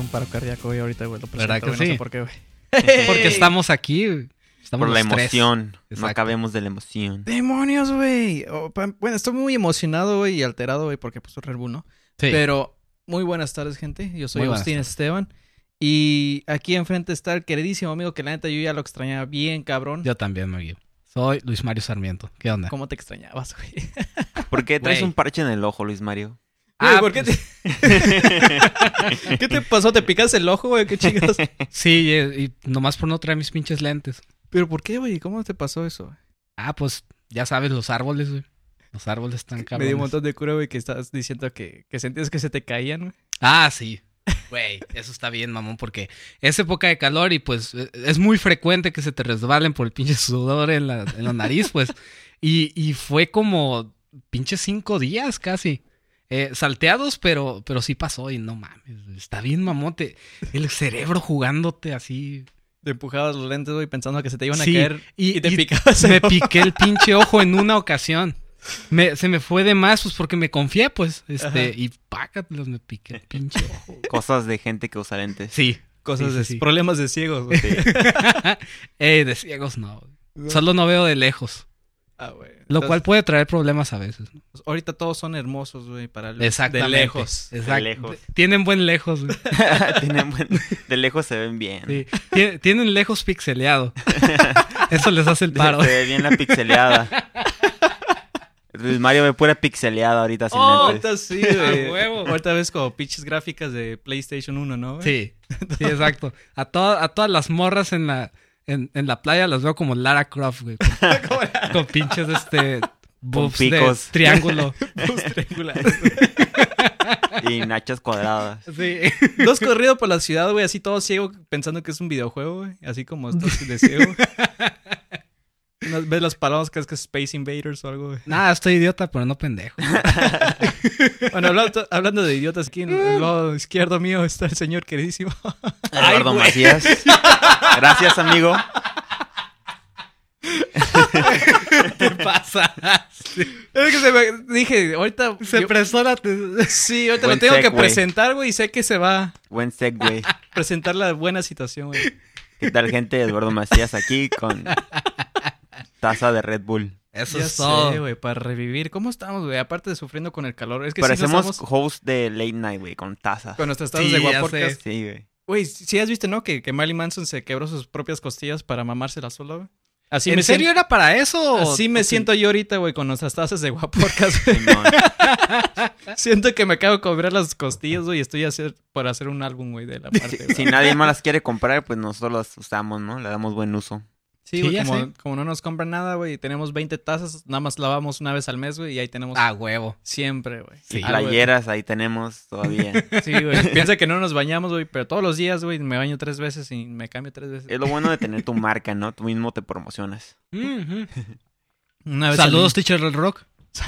paro cardíaco, güey, ahorita, güey. Lo presento, ¿Verdad que güey, sí? No sé por qué, güey. Porque estamos aquí, güey. Estamos Por la los tres. emoción. No Exacto. acabemos de la emoción. ¡Demonios, güey! Bueno, estoy muy emocionado, güey, y alterado, güey, porque pues Red Bull, ¿no? Sí. Pero muy buenas tardes, gente. Yo soy Muy buenas Agustín tardes. Esteban. Y aquí enfrente está el queridísimo amigo que la neta yo ya lo extrañaba bien, cabrón. Yo también, Mario. Soy Luis Mario Sarmiento. ¿Qué onda? ¿Cómo te extrañabas, güey? ¿Por qué traes Güey. un parche en el ojo, Luis Mario? Güey, Ah, ¿por qué pues, ¿Qué te pasó? ¿Te picas el ojo, güey? ¿Qué chingados? Sí, y nomás por no traer mis pinches lentes. ¿Pero por qué, güey? ¿Cómo te pasó eso, güey? Ah, pues ya sabes, los árboles, güey. Los árboles están Me cabrones. dio un montón de cura, güey, que estás diciendo que sentías que se te caían, güey. Ah, sí. Güey, eso está bien, mamón, porque es época de calor y pues es muy frecuente que se te resbalen por el pinche sudor en la nariz, pues. Y fue como pinches 5 días casi. Salteados, pero sí pasó y no mames. Está bien, mamote. El cerebro jugándote así. Te empujabas los lentes, güey, pensando que se te iban a Sí, caer y te picabas el Me ojo. piqué el pinche ojo en una ocasión. Se me fue de más, pues porque me confié, pues. Ajá. Y pácatelos, me piqué el pinche ojo. Cosas de gente que usa lentes. Sí. Cosas Sí, de sí, sí. problemas de ciegos, güey. De ciegos no. Solo no veo de lejos. Ah, güey. Lo cual puede traer problemas a veces, ¿no? Pues, ahorita todos son hermosos, güey, para el Exactamente. de lejos. Exacto. De lejos. Tienen buen lejos, güey. De lejos se ven bien. Sí. Tienen lejos pixeleado. Eso les hace el paro. Se ve bien la pixeleada. Luis Mario ve pura pixeleada ahorita sin lentes. Ahorita sí, güey. A huevo. Ahorita ves como pinches gráficas de PlayStation 1, ¿no, güey? Sí, sí, exacto. A todas las morras en la playa las veo como Lara Croft, güey. Con pinches boobs de picos. triángulo. Dos triangulares. Y nachas cuadradas. Sí. Dos corrido por la ciudad, güey, así todo ciego, pensando que es un videojuego, güey. Así como estás de ciego. ¿Ves las palabras que es Space Invaders o algo, güey? Nada, estoy idiota, pero no pendejo. Bueno, hablando de idiotas, aquí en el lado izquierdo mío está el señor queridísimo. Eduardo Macías. Gracias, amigo. ¿Qué pasa? Es que dije, ahorita... Se prestó la... Sí, ahorita Buen lo tengo que segue. presentar, güey, y sé que se va a Buen segue. presentar la buena situación, güey. ¿Qué tal, gente? Eduardo Macías aquí con taza de Red Bull. Eso Ya es todo. sé, güey, para revivir. ¿Cómo estamos, güey? Aparte de sufriendo con el calor. Es que sí Parecemos nos estamos host de Late Night, güey, con taza. con nuestras tazas Sí, de ya Guapodcast. Sí, güey. Güey, sí has visto, ¿no? Que Marilyn Manson se quebró sus propias costillas para mamárselas sola, güey. Así ¿En me serio era para eso? Así me siento yo ahorita, güey, con nuestras tazas de Guapodcast, güey. Simón. Siento que me acabo de cobrar las costillas, güey, y estoy por hacer un álbum, güey, de la parte, güey. Si nadie más las quiere comprar, pues nosotros las usamos, ¿no? Le damos buen uso. Sí, güey, Sí, ya sé. como no nos compran nada, güey, tenemos 20 tazas, nada más lavamos una vez al mes, güey, y ahí tenemos Ah, huevo. siempre, güey. Sí. Y playeras ahí tenemos todavía. Sí, güey. Piensa que no nos bañamos, güey, pero todos los días, güey, me baño 3 veces y me cambio 3 veces. Es lo bueno de tener tu marca, ¿no? Tú mismo te promocionas. Ujú. Una vez Saludos, Teacher del Rock.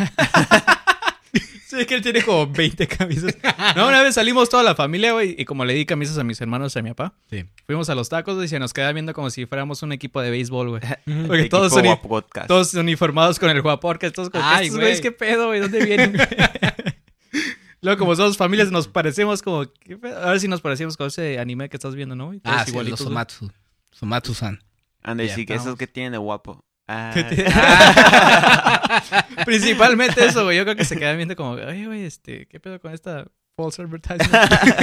Sí, es que él tiene como 20 camisas. No, una vez salimos toda la familia, güey, y como le di camisas a mis hermanos y a mi papá, Sí. fuimos a los tacos, güey, y se nos quedaba viendo como si fuéramos un equipo de béisbol, güey. Ujú. Porque Equipo todos son, Guapodcast. todos uniformados con el Guapodcast, todos como, Ay, estos güey. güeyes, ¿qué pedo, güey? ¿Dónde vienen, güey? Luego, como somos familias, nos parecemos como... ¿qué pedo? A ver si nos parecemos con ese anime que estás viendo, ¿no? güey? Todos Ah, sí, los igualitos, güey. Somatsu. Somatsu-san. Ande, Ya sí, que eso estamos. que tiene de guapo. Ah, Principalmente eso, güey. Yo creo que se quedan viendo como, oye, güey, ¿qué pedo con esta false advertisement?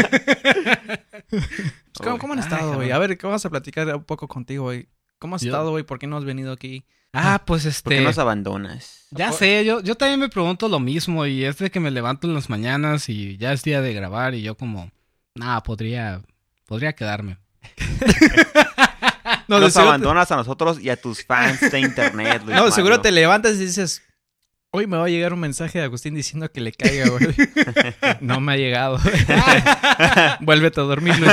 Pues, ¿Cómo han Ay, estado, güey? cabrón. A ver, vamos a platicar un poco contigo, güey. ¿Cómo has Yo- estado, güey? ¿Por qué no has venido aquí? Ah, pues ¿por qué nos abandonas? Ya sé, yo también me pregunto lo mismo y es de que me levanto en las mañanas y ya es día de grabar y yo como, podría quedarme. No, Nos de seguro, abandonas a nosotros y a tus fans de internet, Luis no, de seguro Mario. te levantas y dices, hoy me va a llegar un mensaje de Agustín diciendo que le caiga, güey. No me ha llegado. Vuélvete a dormir, Luis.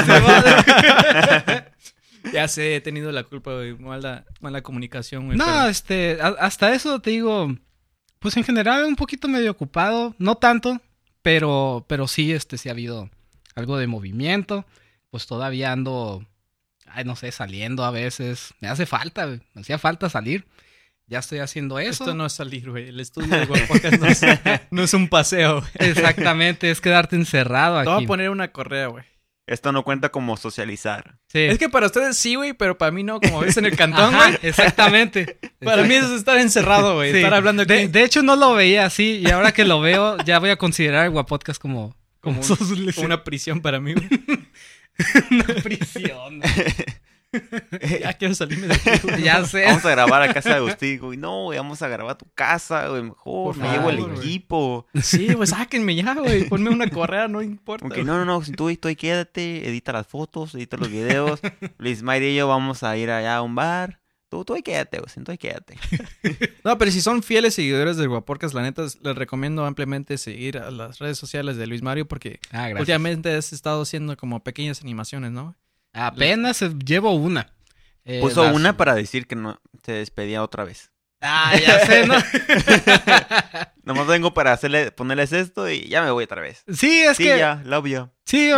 Ya sé, he tenido la culpa, güey. Mala comunicación, güey. No, pero- hasta eso te digo, pues en general un poquito medio ocupado, no tanto, pero sí, sí ha habido algo de movimiento, pues todavía ando, no sé, saliendo a veces, me hace falta, güey, me hacía falta salir, ya estoy haciendo eso. Esto no es salir, güey. El estudio de Guapodcast no es un paseo, güey. Exactamente, es quedarte encerrado Te voy aquí. a poner una correa, güey. Esto no cuenta como socializar. Sí. Es que para ustedes sí, güey, pero para mí no, como ves en el cantón, Ajá, güey. exactamente. Para mí es estar encerrado, güey. Sí. Estar hablando aquí. De hecho, no lo veía así. Y ahora que lo veo, ya voy a considerar el Guapodcast como como una prisión para mí, güey. una prisión. Ya quiero salirme de aquí, güey. Ya sé. Vamos a grabar a casa de Agustín, güey. No, güey, vamos a grabar a tu casa, güey. Mejor, Por me llevo el favor, güey. equipo. Sí, güey, sáquenme ya, güey. Ponme una correa, no importa. Ok, no, si tú ahí quédate, edita las fotos, edita los videos. Luis Mayri y yo vamos a ir allá a un bar. Tú ahí quédate, güey, tú ahí quédate. No, pero si son fieles seguidores del Guapodcast, la neta, les recomiendo ampliamente seguir a las redes sociales de Luis Mario porque Gracias. últimamente has estado haciendo como pequeñas animaciones, ¿no? Apenas llevo una. Puso Las- una para decir que no se despedía otra vez. ya sé, ¿no? Nomás vengo para ponerles esto y ya me voy otra vez. Sí, es Sí, que... ya, love you. Sí,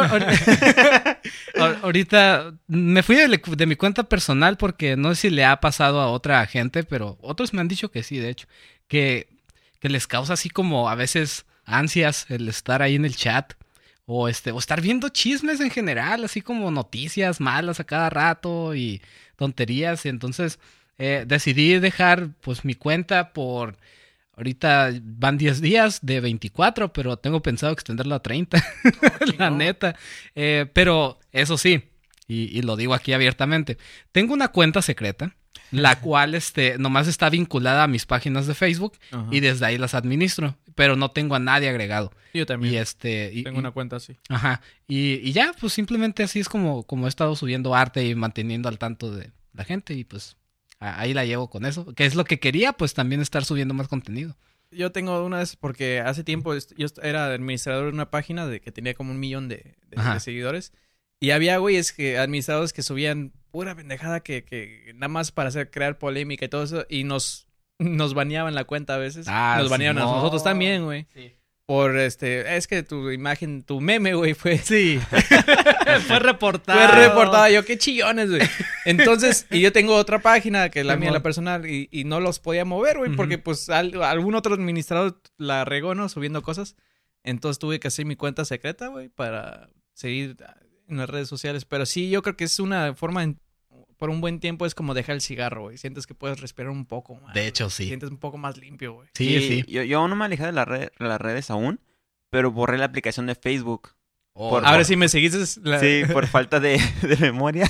ahorita me fui de mi cuenta personal porque no sé si le ha pasado a otra gente, pero otros me han dicho que sí, de hecho, que les causa así como a veces ansias el estar ahí en el chat o estar viendo chismes en general, así como noticias malas a cada rato y tonterías, y entonces decidí dejar pues mi cuenta por... Ahorita van 10 días de 24, pero tengo pensado extenderlo a 30, la neta. Pero eso sí, y lo digo aquí abiertamente, tengo una cuenta secreta, la cual nomás está vinculada a mis páginas de Facebook Ajá. y desde ahí las administro, pero no tengo a nadie agregado. Yo también. Y Tengo una cuenta así. Ajá. Y ya, pues simplemente así es como he estado subiendo arte y manteniendo al tanto de la gente y pues... Ahí la llevo con eso. Que es lo que quería, pues también estar subiendo más contenido. Yo tengo una vez porque hace tiempo yo era administrador de una página que tenía como 1 millón de seguidores. Y había güeyes administradores que subían pura pendejada que nada más para crear polémica y todo eso. Y nos baneaban la cuenta a veces. Nos baneaban a nosotros también, güey. Sí. Por es que tu imagen, tu meme, güey, fue... Sí. Fue reportado. Fue reportado. Yo, qué chillones, güey. Entonces, y yo tengo otra página que es la mía, la personal, y no los podía mover, güey, porque pues algún otro administrador la regó, ¿no? Subiendo cosas. Entonces tuve que hacer mi cuenta secreta, güey, para seguir en las redes sociales. Pero sí, yo creo que es una forma, por un buen tiempo, es como dejar el cigarro, güey. Sientes que puedes respirar un poco más. De hecho, sí. Sientes un poco más limpio, güey. Sí. Yo aún no me alejé de las redes aún, pero borré la aplicación de Facebook. Ahora sí me seguiste. Sí, por falta de memoria.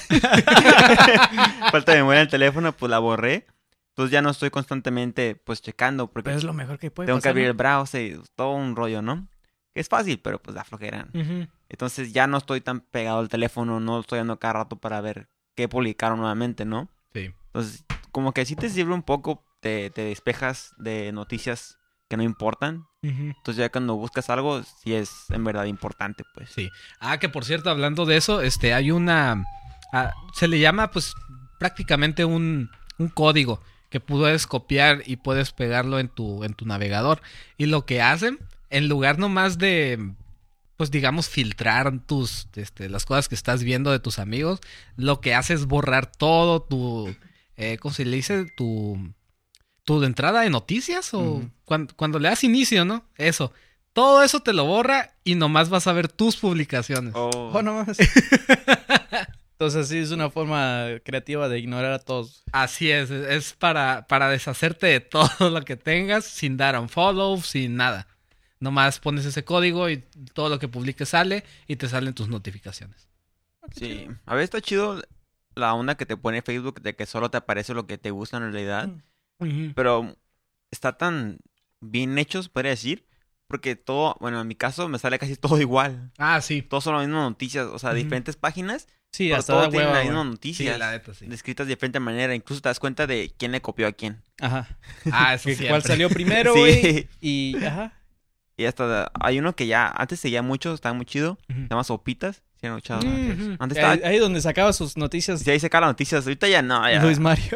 Falta de memoria en el teléfono, pues la borré. Entonces ya no estoy constantemente, pues, checando. Porque Pero es lo mejor que puede tengo pasar, que abrir ¿no? el browser y todo un rollo, ¿no? Que es fácil, pero pues da flojera. Entonces ya no estoy tan pegado al teléfono, no estoy dando cada rato para ver qué publicaron nuevamente, ¿no? Sí. Entonces, como que sí te sirve un poco, te despejas de noticias que no importan. Entonces ya cuando buscas algo, sí es en verdad importante, pues. Sí. Que por cierto, hablando de eso, hay una... se le llama, pues, prácticamente un código que puedes copiar y puedes pegarlo en tu navegador. Y lo que hacen, en lugar nomás de... pues digamos filtrar las cosas que estás viendo de tus amigos, lo que hace es borrar todo tu, ¿cómo se le dice? Tu entrada de noticias o cuando le das inicio, ¿no? Eso. Todo eso te lo borra y nomás vas a ver tus publicaciones. Oh, no más. Entonces sí es una forma creativa de ignorar a todos. Así es para deshacerte de todo lo que tengas sin dar un follow, sin nada. Nomás pones ese código y todo lo que publiques sale y te salen tus notificaciones. Sí, a veces está chido la onda que te pone Facebook de que solo te aparece lo que te gusta en realidad. Pero está tan bien hechos, podría decir. Porque todo, bueno, en mi caso me sale casi todo igual. Sí. Todos son las mismas noticias, o sea, diferentes páginas. Sí, pero hasta todos da tienen hueva, las mismas güey. noticias. Sí, la neta, sí. Descritas de diferente manera. Incluso te das cuenta de quién le copió a quién. Ajá. Eso sí. ¿Cuál salió primero, Sí. güey? Y, ajá. Y hasta hay uno que ya antes seguía mucho, estaba muy chido. Se llama Sopitas. ¿Sí han escuchado? Antes estaba... Ahí donde sacaba sus noticias Sí, ahí saca las noticias. Ahorita ya no. Ya. Luis Mario.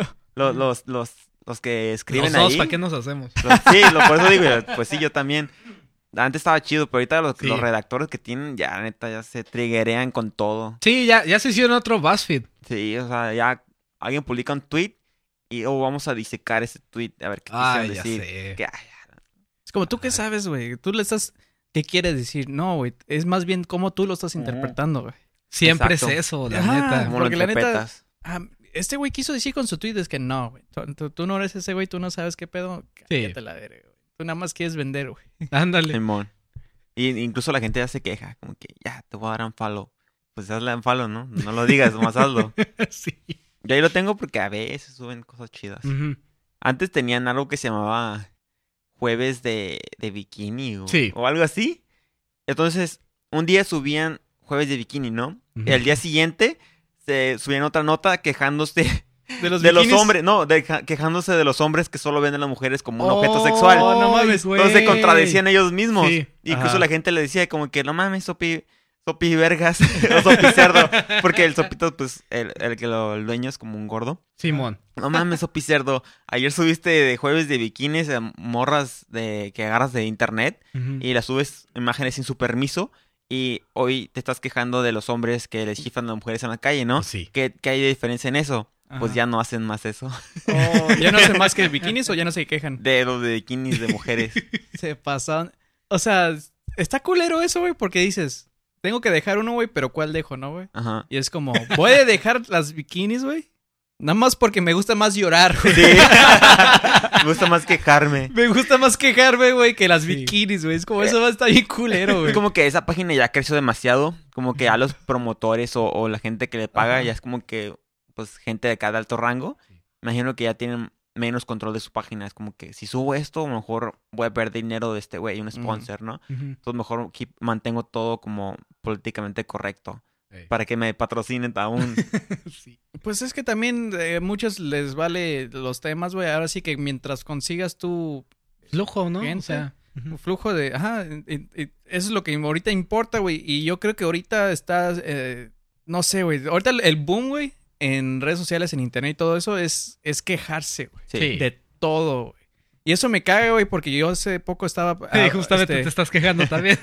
Los que escriben Los dos, ahí. ¿para qué nos hacemos? Por eso digo, pues sí, yo también. Antes estaba chido, pero ahorita los redactores que tienen, ya neta, ya se triggerean con todo. Sí, ya se hicieron otro BuzzFeed. Sí, o sea, ya alguien publica un tweet y vamos a disecar ese tweet a ver qué quisieron ya decir. sé. Que, Es como, ¿tú qué sabes, güey? Tú le estás... ¿Qué quiere decir? No, güey. Es más bien cómo tú lo estás interpretando, güey. Siempre Exacto. es eso, la Ajá. neta. ¿Cómo Porque lo la neta- interpretas? Este güey quiso decir con su tweet es que no, güey. Tú no eres ese güey, tú no sabes qué pedo. Cállate la verga, güey. Tú nada más quieres vender, güey. Ándale. Simón. Y incluso la gente ya se queja, como que ya, te voy a dar un follow. Pues hazle un follow, ¿no? No lo digas, nomás hazlo. Sí. Yo ahí lo tengo porque a veces suben cosas chidas. Ujú. Antes tenían algo que se llamaba jueves de bikini Sí. o algo así. Entonces, un día subían jueves de bikini, ¿no? Ujú. Y al día siguiente se subían otra nota quejándose De los de los bikinis. hombres, no, quejándose de los hombres que solo ven a las mujeres como un objeto sexual. Oh, no mames, güey. Entonces se contradecían ellos mismos. Sí. Incluso Ajá. la gente le decía como que no mames, sopi vergas o sopi cerdo. Porque el sopito, pues, el dueño es como un gordo. Simón. No mames, sopi cerdo. Ayer subiste de jueves de bikinis a morras que agarras de internet Ujú. y las subes imágenes sin su permiso. Y hoy te estás quejando de los hombres que les chifan a las mujeres en la calle, ¿no? Pues sí. ¿Qué hay de diferencia en eso? Pues Ajá. ya no hacen más eso. Oh, ¿ya no hacen más que bikinis o ya no se quejan? De los de bikinis de mujeres. Se pasaron. O sea, está culero eso, güey, porque dices, tengo que dejar uno, güey, pero ¿cuál dejo, no, güey? Ajá. Y es como, voy a dejar las bikinis, güey. Nada más porque me gusta más llorar, güey. Sí. Me gusta más quejarme. Me gusta más quejarme, güey, que las Sí. bikinis, güey. Es como, eso va a estar bien culero, güey. Es como que esa página ya creció demasiado. Como que a los promotores o la gente que le paga Ajá. ya es como que, pues, gente de acá de alto rango. Sí. Imagino que ya tienen menos control de su página. Es como que si subo esto, a lo mejor voy a perder dinero de este güey, un sponsor, ¿no? Ujú. Entonces mejor mantengo todo como políticamente correcto. Ey. Para que me patrocinen aún. Sí. Pues es que también muchos les vale los temas, güey. Ahora sí que mientras consigas tu Flujo, ¿no? Gente. O sea. ujú. flujo de... Ajá, eso es lo que ahorita importa, güey. Y yo creo que ahorita está... no sé, güey. Ahorita el boom, güey, en redes sociales, en internet y todo eso es quejarse, güey. Sí. Sí. De todo, güey. Y eso me caga, güey, porque yo hace poco estaba... Sí, justamente te estás quejando también.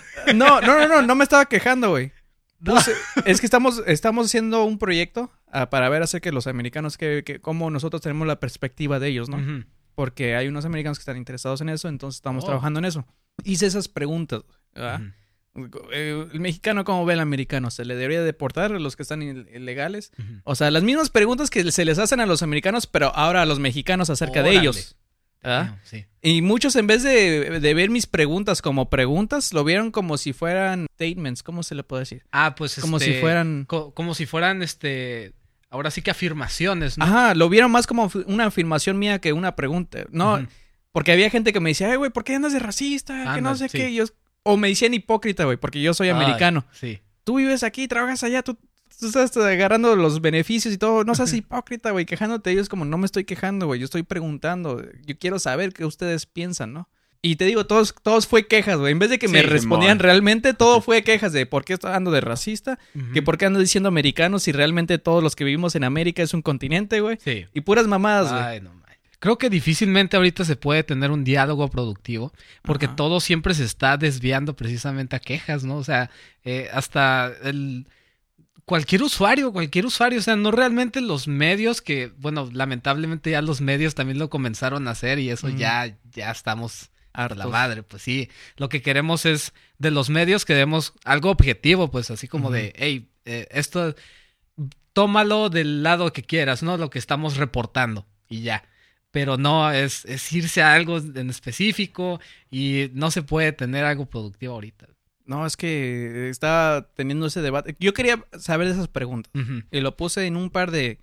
No me estaba quejando, güey. Es que estamos haciendo un proyecto para ver acerca de los americanos, cómo nosotros tenemos la perspectiva de ellos, ¿no? Ujú. Porque hay unos americanos que están interesados en eso, entonces estamos Oh. trabajando en eso. Hice esas preguntas, ¿verdad? Ujú. El mexicano, ¿cómo ve al americano? ¿Se le debería deportar a los que están ilegales? Ujú. O sea, las mismas preguntas que se les hacen a los americanos, pero ahora a los mexicanos acerca de Órale. ellos. ¿verdad? Sí. Y muchos, en vez de ver mis preguntas como preguntas, lo vieron como si fueran statements. ¿Cómo se le puede decir? Ah, pues Como si fueran... como si fueran ahora sí que afirmaciones, ¿no? Ajá, lo vieron más como una afirmación mía que una pregunta. No, Ujú. porque había gente que me decía, güey, ¿por qué andas de racista? Que no Ándale, sé sí. qué. O me decían hipócrita, güey, porque yo soy Ay, americano. Sí. Tú vives aquí, trabajas allá, tú estás agarrando los beneficios y todo. No seas hipócrita, güey, quejándote. Ellos como, no me estoy quejando, güey, yo estoy preguntando. Yo quiero saber qué ustedes piensan, ¿no? Y te digo, todos fue quejas, güey. En vez de que me Sí, respondían Simón. realmente, todo fue quejas de por qué estoy hablando de racista, Ujú. que por qué ando diciendo americanos si realmente todos los que vivimos en América es un continente, güey. Sí. Y puras mamadas, güey. Ay, no mames. Creo que difícilmente ahorita se puede tener un diálogo productivo porque Ajá. todo siempre se está desviando precisamente a quejas, ¿no? O sea, hasta cualquier usuario, o sea, no realmente los medios que, bueno, lamentablemente ya los medios también lo comenzaron a hacer y eso Ujú. ya estamos a la Hartos. madre, pues sí. Lo que queremos es, de los medios queremos algo objetivo, pues así como Ujú. de, hey, esto, tómalo del lado que quieras, ¿no? Lo que estamos reportando y ya. Pero no, es irse a algo en específico y no se puede tener algo productivo ahorita. No, es que estaba teniendo ese debate. Yo quería saber esas preguntas. Ujú. Y lo puse en un par de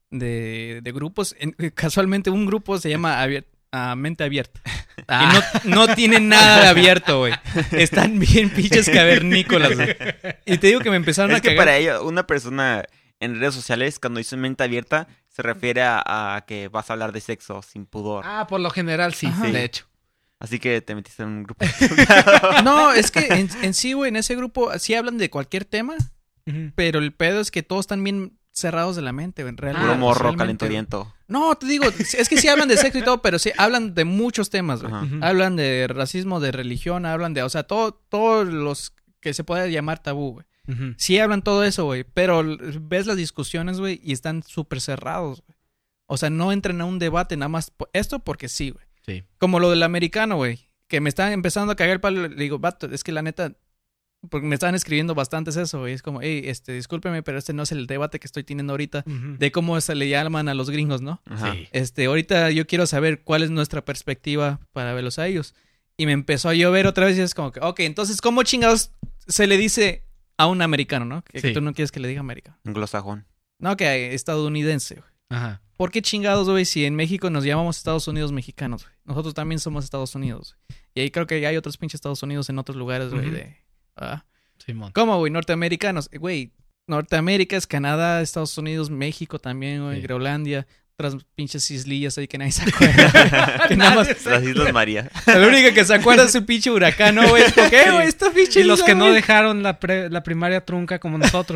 grupos. Casualmente un grupo se llama Mente Abierta. Ah, Y no tienen nada de abierto, güey. Están bien pinches cavernícolas, güey. Y te digo que me empezaron Es a que cagar. para ello, una persona en redes sociales, cuando dice mente abierta, se refiere a que vas a hablar de sexo sin pudor. por lo general sí, Ajá. de hecho. Así que te metiste en un grupo. No, es que en sí, güey, en ese grupo sí hablan de cualquier tema, pero el pedo es que todos están bien cerrados de la mente, güey. Puro Ah, morro realmente, calenturiento. No, te digo, es que sí hablan de sexo y todo, pero sí hablan de muchos temas, güey. Ajá. Ujú. Hablan de racismo, de religión, hablan de, o sea, todos los que se puede llamar tabú, güey. Ujú. Sí hablan todo eso, güey, pero ves las discusiones, güey, y están súper cerrados, güey. O sea, no entran a un debate nada más esto porque sí, güey. Sí. Como lo del americano, güey, que me están empezando a cagar el palo. Le digo, vato, es que la neta, porque me estaban escribiendo bastantes eso, güey. Es como, hey, discúlpeme, pero no es el debate que estoy teniendo ahorita de cómo se le llaman a los gringos, ¿no? Ajá. Sí. Ahorita yo quiero saber cuál es nuestra perspectiva para verlos a ellos. Y me empezó a llover otra vez y es como que, ok, entonces, ¿cómo chingados se le dice a un americano, no? Que tú no quieres que le diga americano. Anglosajón. No, que estadounidense, güey. Ajá. ¿Por qué chingados, güey, si en México nos llamamos Estados Unidos mexicanos, güey? Nosotros también somos Estados Unidos, güey. Y ahí creo que hay otros pinches Estados Unidos en otros lugares, güey, Simón. ¿Cómo, güey? Norteamericanos. Güey, Norteamérica es Canadá, Estados Unidos, México también, güey, Groenlandia, otras pinches islillas ahí que nadie se acuerda. Que nada más... Las Islas María. La única que se acuerda es un pinche huracán, ¿no, güey? ¿Por qué, güey? Esta pinche Y los isla, que no güey. dejaron la primaria trunca como nosotros.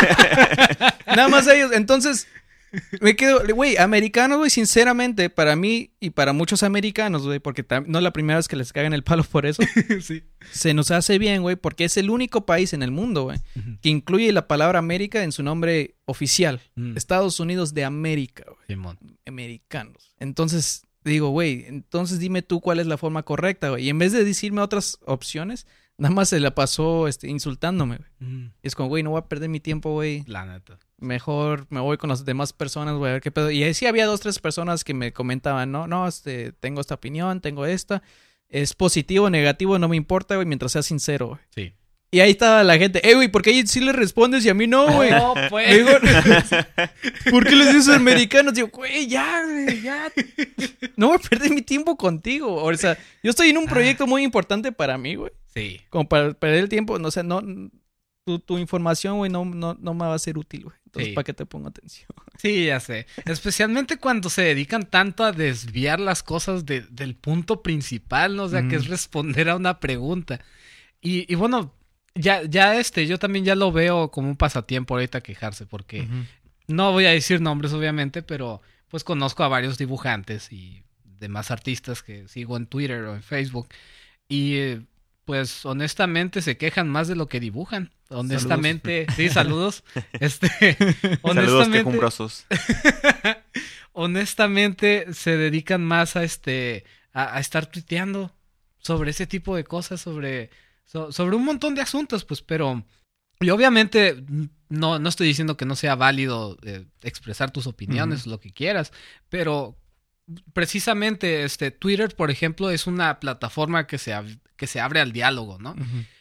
Nada más ellos. Entonces, me quedo... Güey, americanos, güey, sinceramente, para mí y para muchos americanos, güey, porque no es la primera vez que les cagan el palo por eso. Sí. Se nos hace bien, güey, porque es el único país en el mundo, güey, que incluye la palabra América en su nombre oficial. Estados Unidos de América, güey. Simón. Americanos. Entonces, digo, güey, entonces dime tú cuál es la forma correcta, güey. Y en vez de decirme otras opciones, nada más se la pasó insultándome, güey. Es como, güey, no voy a perder mi tiempo, güey. La neta. Mejor me voy con las demás personas, güey, a ver qué pedo. Y ahí sí había 2, 3 personas que me comentaban, no, tengo esta opinión, tengo esta. Es positivo o negativo, no me importa, güey, mientras sea sincero, güey. Sí. Y ahí estaba la gente, güey, ¿por qué a ellos sí les respondes y a mí no, güey? No, pues. Digo, ¿por qué les dices americanos? Digo, güey, ya, güey, ya. No voy a perder mi tiempo contigo. O sea, yo estoy en un proyecto muy importante para mí, güey. Sí. Como para perder el tiempo, no sé, no... Tu información, güey, no me va a ser útil, güey. Entonces, ¿para qué te pongo atención? Sí, ya sé. Especialmente cuando se dedican tanto a desviar las cosas del punto principal, ¿no? O sea, que es responder a una pregunta. Y bueno, yo también ya lo veo como un pasatiempo ahorita quejarse, porque no voy a decir nombres, obviamente, pero pues conozco a varios dibujantes y demás artistas que sigo en Twitter o en Facebook. Y... pues honestamente se quejan más de lo que dibujan. Honestamente, saludos. Sí, saludos. Honestamente, saludos quejumbrosos. Honestamente se dedican más a estar tuiteando sobre ese tipo de cosas, sobre un montón de asuntos, pues, pero y obviamente no estoy diciendo que no sea válido expresar tus opiniones, lo que quieras, pero precisamente Twitter, por ejemplo, es una plataforma que se abre al diálogo, ¿no?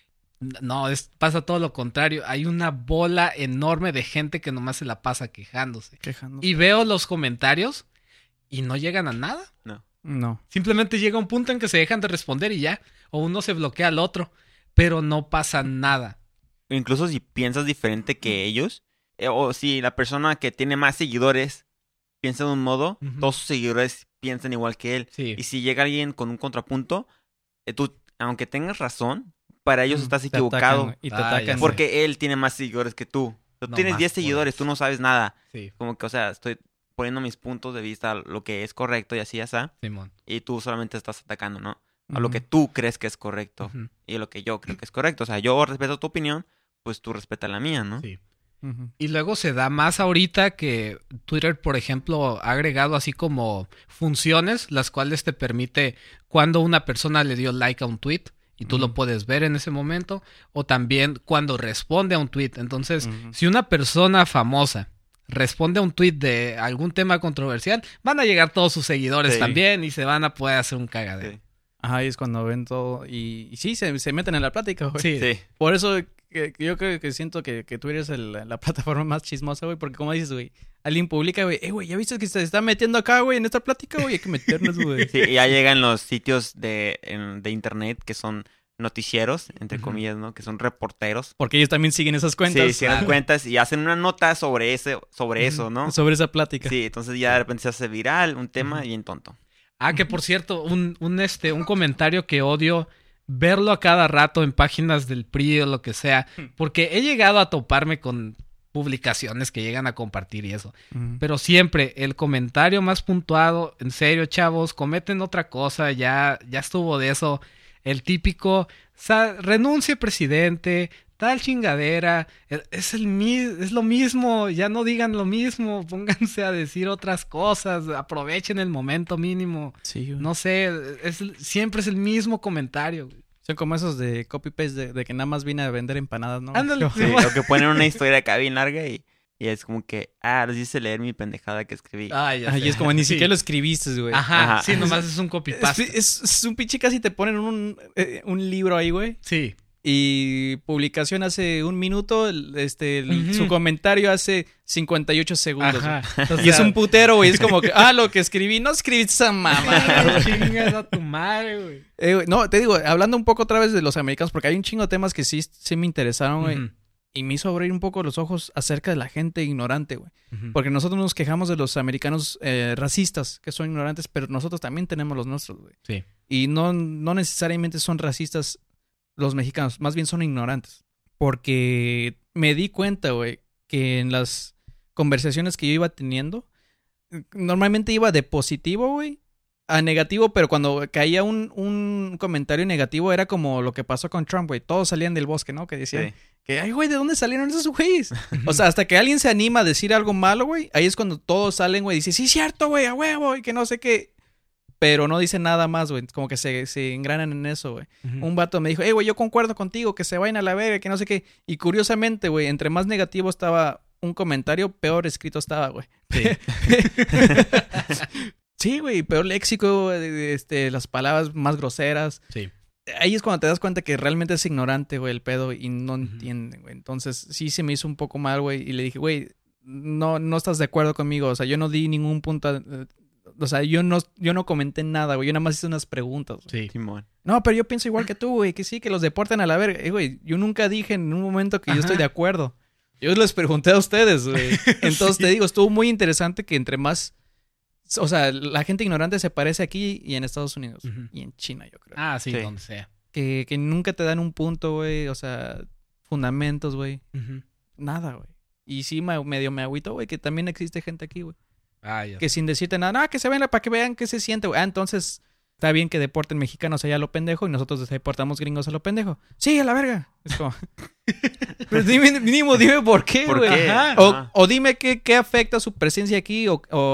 No, pasa todo lo contrario. Hay una bola enorme de gente que nomás se la pasa quejándose. Y veo los comentarios y no llegan a nada. No. Simplemente llega un punto en que se dejan de responder y ya. O uno se bloquea al otro. Pero no pasa nada. Incluso si piensas diferente que ellos, o si la persona que tiene más seguidores piensa de un modo, todos sus seguidores piensan igual que él. Sí. Y si llega alguien con un contrapunto, tú, aunque tengas razón, para ellos estás equivocado. Y te atacan. Porque él tiene más seguidores que tú. Tú tienes 10 seguidores, tú no sabes nada. Sí. Como que, o sea, estoy poniendo mis puntos de vista, lo que es correcto y así, Simón. y tú solamente estás atacando, ¿no? A lo que tú crees que es correcto y a lo que yo creo que es correcto. O sea, yo respeto tu opinión, pues tú respetas la mía, ¿no? Sí. Y luego se da más ahorita que Twitter, por ejemplo, ha agregado así como funciones, las cuales te permite cuando una persona le dio like a un tweet y tú lo puedes ver en ese momento, o también cuando responde a un tweet. Entonces, si una persona famosa responde a un tweet de algún tema controversial, van a llegar todos sus seguidores también y se van a poder hacer un cagadero. Sí. Ajá, y es cuando ven todo y sí, se meten en la plática, güey. Sí. Por eso yo creo que siento que Twitter es la plataforma más chismosa, güey, porque como dices, güey, alguien publica, güey, güey, ¿ya viste que se está metiendo acá, güey, en esta plática, güey? Hay que meternos, güey. Sí, ya llegan los sitios de internet que son noticieros, entre comillas, ¿no? Que son reporteros. Porque ellos también siguen esas cuentas. Sí, siguen cuentas y hacen una nota sobre eso, ¿no? Sobre esa plática. Sí, entonces ya de repente se hace viral un tema bien tonto. Que por cierto, un comentario que odio verlo a cada rato en páginas del PRI o lo que sea, porque he llegado a toparme con publicaciones que llegan a compartir y eso, pero siempre el comentario más puntuado, en serio, chavos, cometen otra cosa, ya estuvo de eso, el típico, renuncie presidente, tal chingadera, es lo mismo, ya no digan lo mismo, pónganse a decir otras cosas, aprovechen el momento mínimo. Sí, güey. No sé, siempre es el mismo comentario. Son como esos de copy-paste de que nada más vine a vender empanadas, ¿no? Ándale. Sí, o que ponen una historia acá bien larga y es como que, les hice leer mi pendejada que escribí. Ay, ya sé. Y es como ni Sí. siquiera lo escribiste, güey. Ajá, Ajá. sí, nomás es un copy-paste. Es un pinche casi te ponen un libro ahí, güey. Sí. Y publicación hace 1 minuto, Ujú. su comentario hace 58 segundos. Ajá. güey. Y es un putero, güey. Es como que, lo que escribí, no escribiste esa mamada. güey. Chingas a tu madre, güey. Güey, no, te digo, hablando un poco otra vez de los americanos, porque hay un chingo de temas que sí me interesaron, güey. Ujú. Y me hizo abrir un poco los ojos acerca de la gente ignorante, güey. Ujú. Porque nosotros nos quejamos de los americanos racistas, que son ignorantes, pero nosotros también tenemos los nuestros, güey. Sí. Y no necesariamente son racistas los mexicanos, más bien son ignorantes. Porque me di cuenta, güey, que en las conversaciones que yo iba teniendo, normalmente iba de positivo, güey, a negativo, pero cuando caía un comentario negativo era como lo que pasó con Trump, güey. Todos salían del bosque, ¿no? Que decían Sí. que, ay, güey, ¿de dónde salieron esos güeyes? O sea, hasta que alguien se anima a decir algo malo, güey, ahí es cuando todos salen, güey, y dicen, sí, cierto, güey, a huevo, y que no sé qué. Pero no dicen nada más, güey. Como que se engranan en eso, güey. Ujú. Un vato me dijo, güey, yo concuerdo contigo, que se vayan a la verga, que no sé qué. Y curiosamente, güey, entre más negativo estaba un comentario, peor escrito estaba, güey. Sí. Sí, güey, peor léxico, las palabras más groseras. Sí. Ahí es cuando te das cuenta que realmente es ignorante, güey, el pedo y no Ujú. entiende, güey. Entonces, sí se me hizo un poco mal, güey, y le dije, güey, no estás de acuerdo conmigo. O sea, yo no di ningún punto. O sea, yo no comenté nada, güey. Yo nada más hice unas preguntas, güey. Sí. Simón. No, pero yo pienso igual que tú, güey, que sí, que los deporten a la verga. Güey, yo nunca dije en un momento que yo estoy de acuerdo. Yo les pregunté a ustedes, güey. Entonces, te digo, estuvo muy interesante que entre más... O sea, la gente ignorante se parece aquí y en Estados Unidos. Ujú. Y en China, yo creo. Ah, sí, Sí. donde sea. Que nunca te dan un punto, güey. O sea, fundamentos, güey. Ujú. Nada, güey. Y sí, medio me agüito, güey, que también existe gente aquí, güey. Ah, ya. Que sin decirte nada, no, que se ven para que vean qué se siente, güey. Entonces está bien que deporten mexicanos allá a lo pendejo y nosotros deportamos gringos a lo pendejo. Sí, a la verga. Es como... Pero dime, mínimo, dime por qué, ¿Por güey. qué? Ajá. Ajá. O dime qué afecta su presencia aquí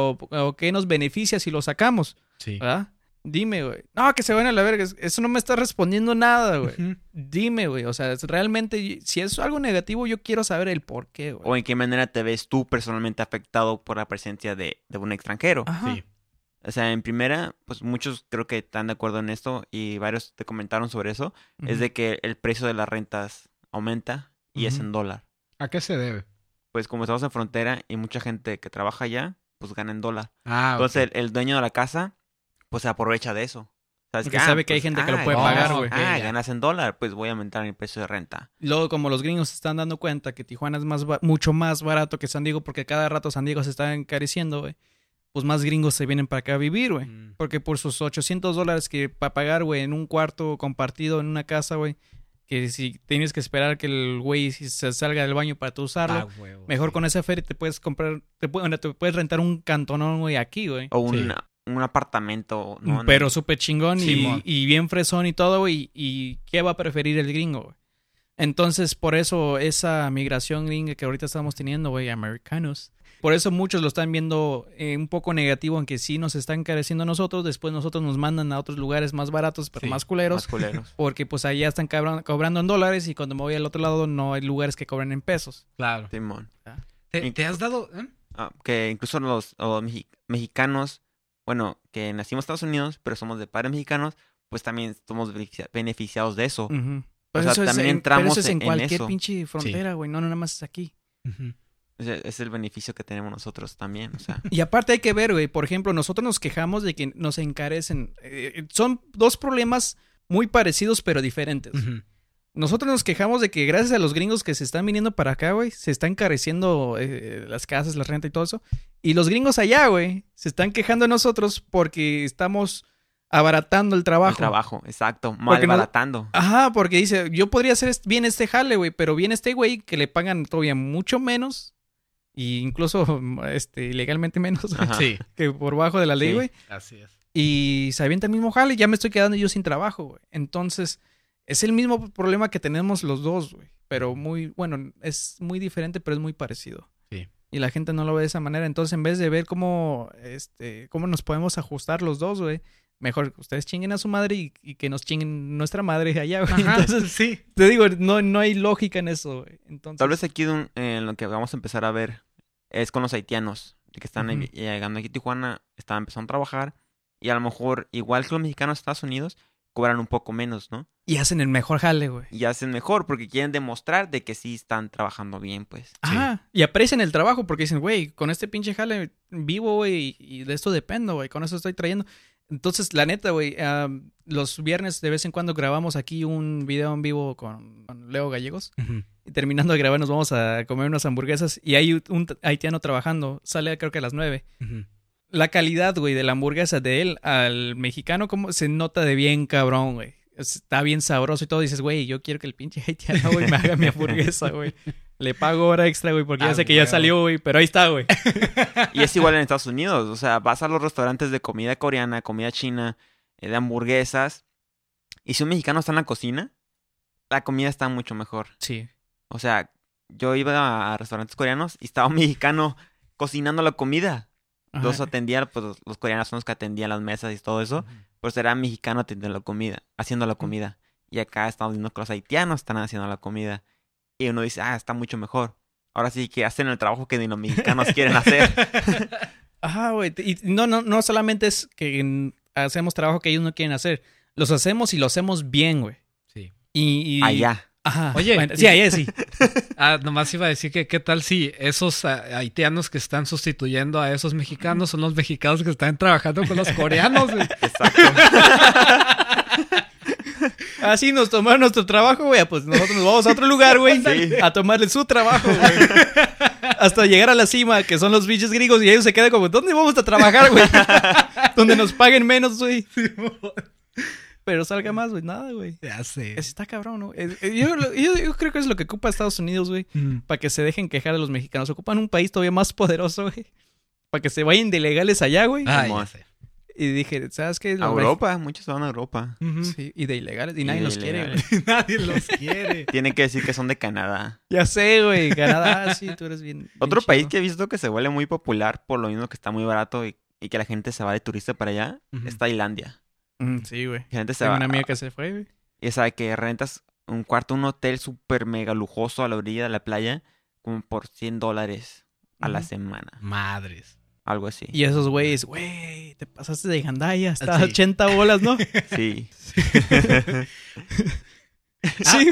o qué nos beneficia si lo sacamos, Sí. ¿verdad? Dime, güey. No, que se vayan a la verga. Eso no me está respondiendo nada, güey. Ujú. Dime, güey. O sea, realmente, si es algo negativo, yo quiero saber el por qué, güey. O en qué manera te ves tú personalmente afectado por la presencia de un extranjero. Ajá. Sí. O sea, en primera, pues muchos creo que están de acuerdo en esto y varios te comentaron sobre eso. Es de que el precio de las rentas aumenta y es Ujú. en dólar. ¿A qué se debe? Pues como estamos en frontera y mucha gente que trabaja allá, pues gana en dólar. Ah, Entonces ok. el dueño de la casa, pues se aprovecha de eso. ¿Sabes Porque qué? sabe que hay gente que lo puede pagar, pagar, güey. ok, ya. ganas en dólar, pues voy a aumentar mi precio de renta. Luego, como los gringos se están dando cuenta que Tijuana es mucho más barato que San Diego, porque cada rato San Diego se está encareciendo, güey, pues más gringos se vienen para acá a vivir, güey. Mm. Porque por sus $800 que para pagar, güey, en un cuarto compartido en una casa, güey, que si tienes que esperar que el güey se salga del baño para tú usarlo, Ah, huevo, mejor sí. con esa feria te puedes comprar, te puedes rentar un cantonón, güey, aquí, güey. O Sí. un apartamento, ¿no? Pero súper chingón Simón. y bien fresón y todo, güey. ¿Y qué va a preferir el gringo, güey? Entonces, por eso esa migración gringa que ahorita estamos teniendo, güey, americanos. Por eso muchos lo están viendo un poco negativo, en que sí nos están encareciendo a nosotros. Después nosotros nos mandan a otros lugares más baratos, pero Sí, más culeros. Más culeros. Porque pues allá están cobrando en dólares y cuando me voy al otro lado no hay lugares que cobren en pesos. Claro. Simón. ¿Te has dado...? Que incluso los mexicanos, bueno, que nacimos en Estados Unidos, pero somos de padres mexicanos, pues también somos beneficiados de eso. Ujú. O sea, también entramos pero eso es en en cualquier eso. pinche frontera, güey. No nada más es aquí. Ujú. O sea, es el beneficio que tenemos nosotros también, o sea. Y aparte hay que ver, güey, por ejemplo, nosotros nos quejamos de que nos encarecen. Son dos problemas muy parecidos pero diferentes. Ujú. Nosotros nos quejamos de que gracias a los gringos que se están viniendo para acá, güey, se están encareciendo las casas, la renta y todo eso. Y los gringos allá, güey, se están quejando de nosotros porque estamos abaratando el trabajo. El trabajo, exacto. Porque no- Malbaratando. Ajá, porque dice, yo podría hacer bien este jale, güey, pero viene este güey que le pagan todavía mucho menos. Y incluso ilegalmente menos güey, Ajá. Sí, que por bajo de la ley, Sí. güey. así es. Y se avienta el mismo jale y ya me estoy quedando yo sin trabajo, güey. Entonces, es el mismo problema que tenemos los dos, güey. Pero bueno, es muy diferente, pero es muy parecido. Sí. Y la gente no lo ve de esa manera. Entonces, en vez de ver cómo nos podemos ajustar los dos, güey, mejor ustedes chinguen a su madre y que nos chinguen nuestra madre allá, güey. Ajá, Entonces, sí. te digo, no hay lógica en eso, güey. Entonces, Tal vez aquí en lo que vamos a empezar a ver es con los haitianos, que están Ujú. llegando aquí a Tijuana, están empezando a trabajar y a lo mejor, igual que los mexicanos de Estados Unidos, cobran un poco menos, ¿no? y hacen el mejor jale, güey. Y hacen mejor porque quieren demostrar de que sí están trabajando bien, pues. Ajá, y aprecian el trabajo porque dicen, güey, con este pinche jale vivo, güey, y de esto dependo, güey, con eso estoy trayendo. Entonces, la neta, güey, los viernes de vez en cuando grabamos aquí un video en vivo con Leo Gallegos. Ujú. Y terminando de grabar nos vamos a comer unas hamburguesas y hay un haitiano trabajando, sale creo que a las 9. Ujú. La calidad, güey, de la hamburguesa de él al mexicano, como se nota de bien cabrón, güey. Está bien sabroso y todo. Dices, güey, yo quiero que el pinche haitiano, güey, me haga mi hamburguesa, güey. Le pago hora extra, güey, porque ya sé que ya huevo. salió, güey, pero ahí está, güey. Y es igual en Estados Unidos. O sea, vas a los restaurantes de comida coreana, comida china, de hamburguesas. Y si un mexicano está en la cocina, la comida está mucho mejor. Sí. O sea, yo iba a restaurantes coreanos y estaba un mexicano cocinando la comida. Ajá. Los atendía, pues los coreanos son los que atendían las mesas y todo eso. Pues era mexicano atendiendo la comida, haciendo la comida. Y acá estamos viendo que los haitianos están haciendo la comida. Y uno dice, está mucho mejor. Ahora sí que hacen el trabajo que ni los mexicanos quieren hacer. Ajá, güey. Y no solamente es que hacemos trabajo que ellos no quieren hacer. Los hacemos y lo hacemos bien, güey. Sí. Y... Allá. Ajá. Oye, bueno, sí, allá sí. Nomás iba a decir que qué tal si esos haitianos que están sustituyendo a esos mexicanos son los mexicanos que están trabajando con los coreanos, güey. Exacto. Así nos tomaron nuestro trabajo, güey. Pues nosotros nos vamos a otro lugar, güey. Sí. A tomarle su trabajo, güey. Hasta llegar a la cima, que son los bichos gringos. Y ellos se quedan como, ¿dónde vamos a trabajar, güey? Donde nos paguen menos, güey. Pero salga más, güey. Nada, güey. Ya sé. Está cabrón, ¿no? Yo creo que es lo que ocupa Estados Unidos, güey. Para que se dejen quejar de los mexicanos. Ocupan un país todavía más poderoso, güey. Para que se vayan de ilegales allá, güey. Ah, Simón. ya sé. Y dije, ¿sabes qué? A Europa, muchos se van a Europa. Sí, y de ilegales. Y Y nadie de los quiere, güey. ilegales. Nadie los quiere. Tienen que decir que son de Canadá. Ya sé, güey. Canadá, sí, tú eres bien. Otro bien país chido. que he visto que se vuelve muy popular por lo mismo que está muy barato y que la gente se va de turista para allá Ujú. es Tailandia. Sí, güey. La gente se Tengo va. una amiga que se fue, güey. Y sabe que rentas un cuarto, un hotel súper mega lujoso a la orilla de la playa, como por $100 a la Ujú. semana. Madres. Algo así. Y esos güeyes, güey, te pasaste de gandalla hasta Sí. 80 bolas, ¿no? Sí. Sí.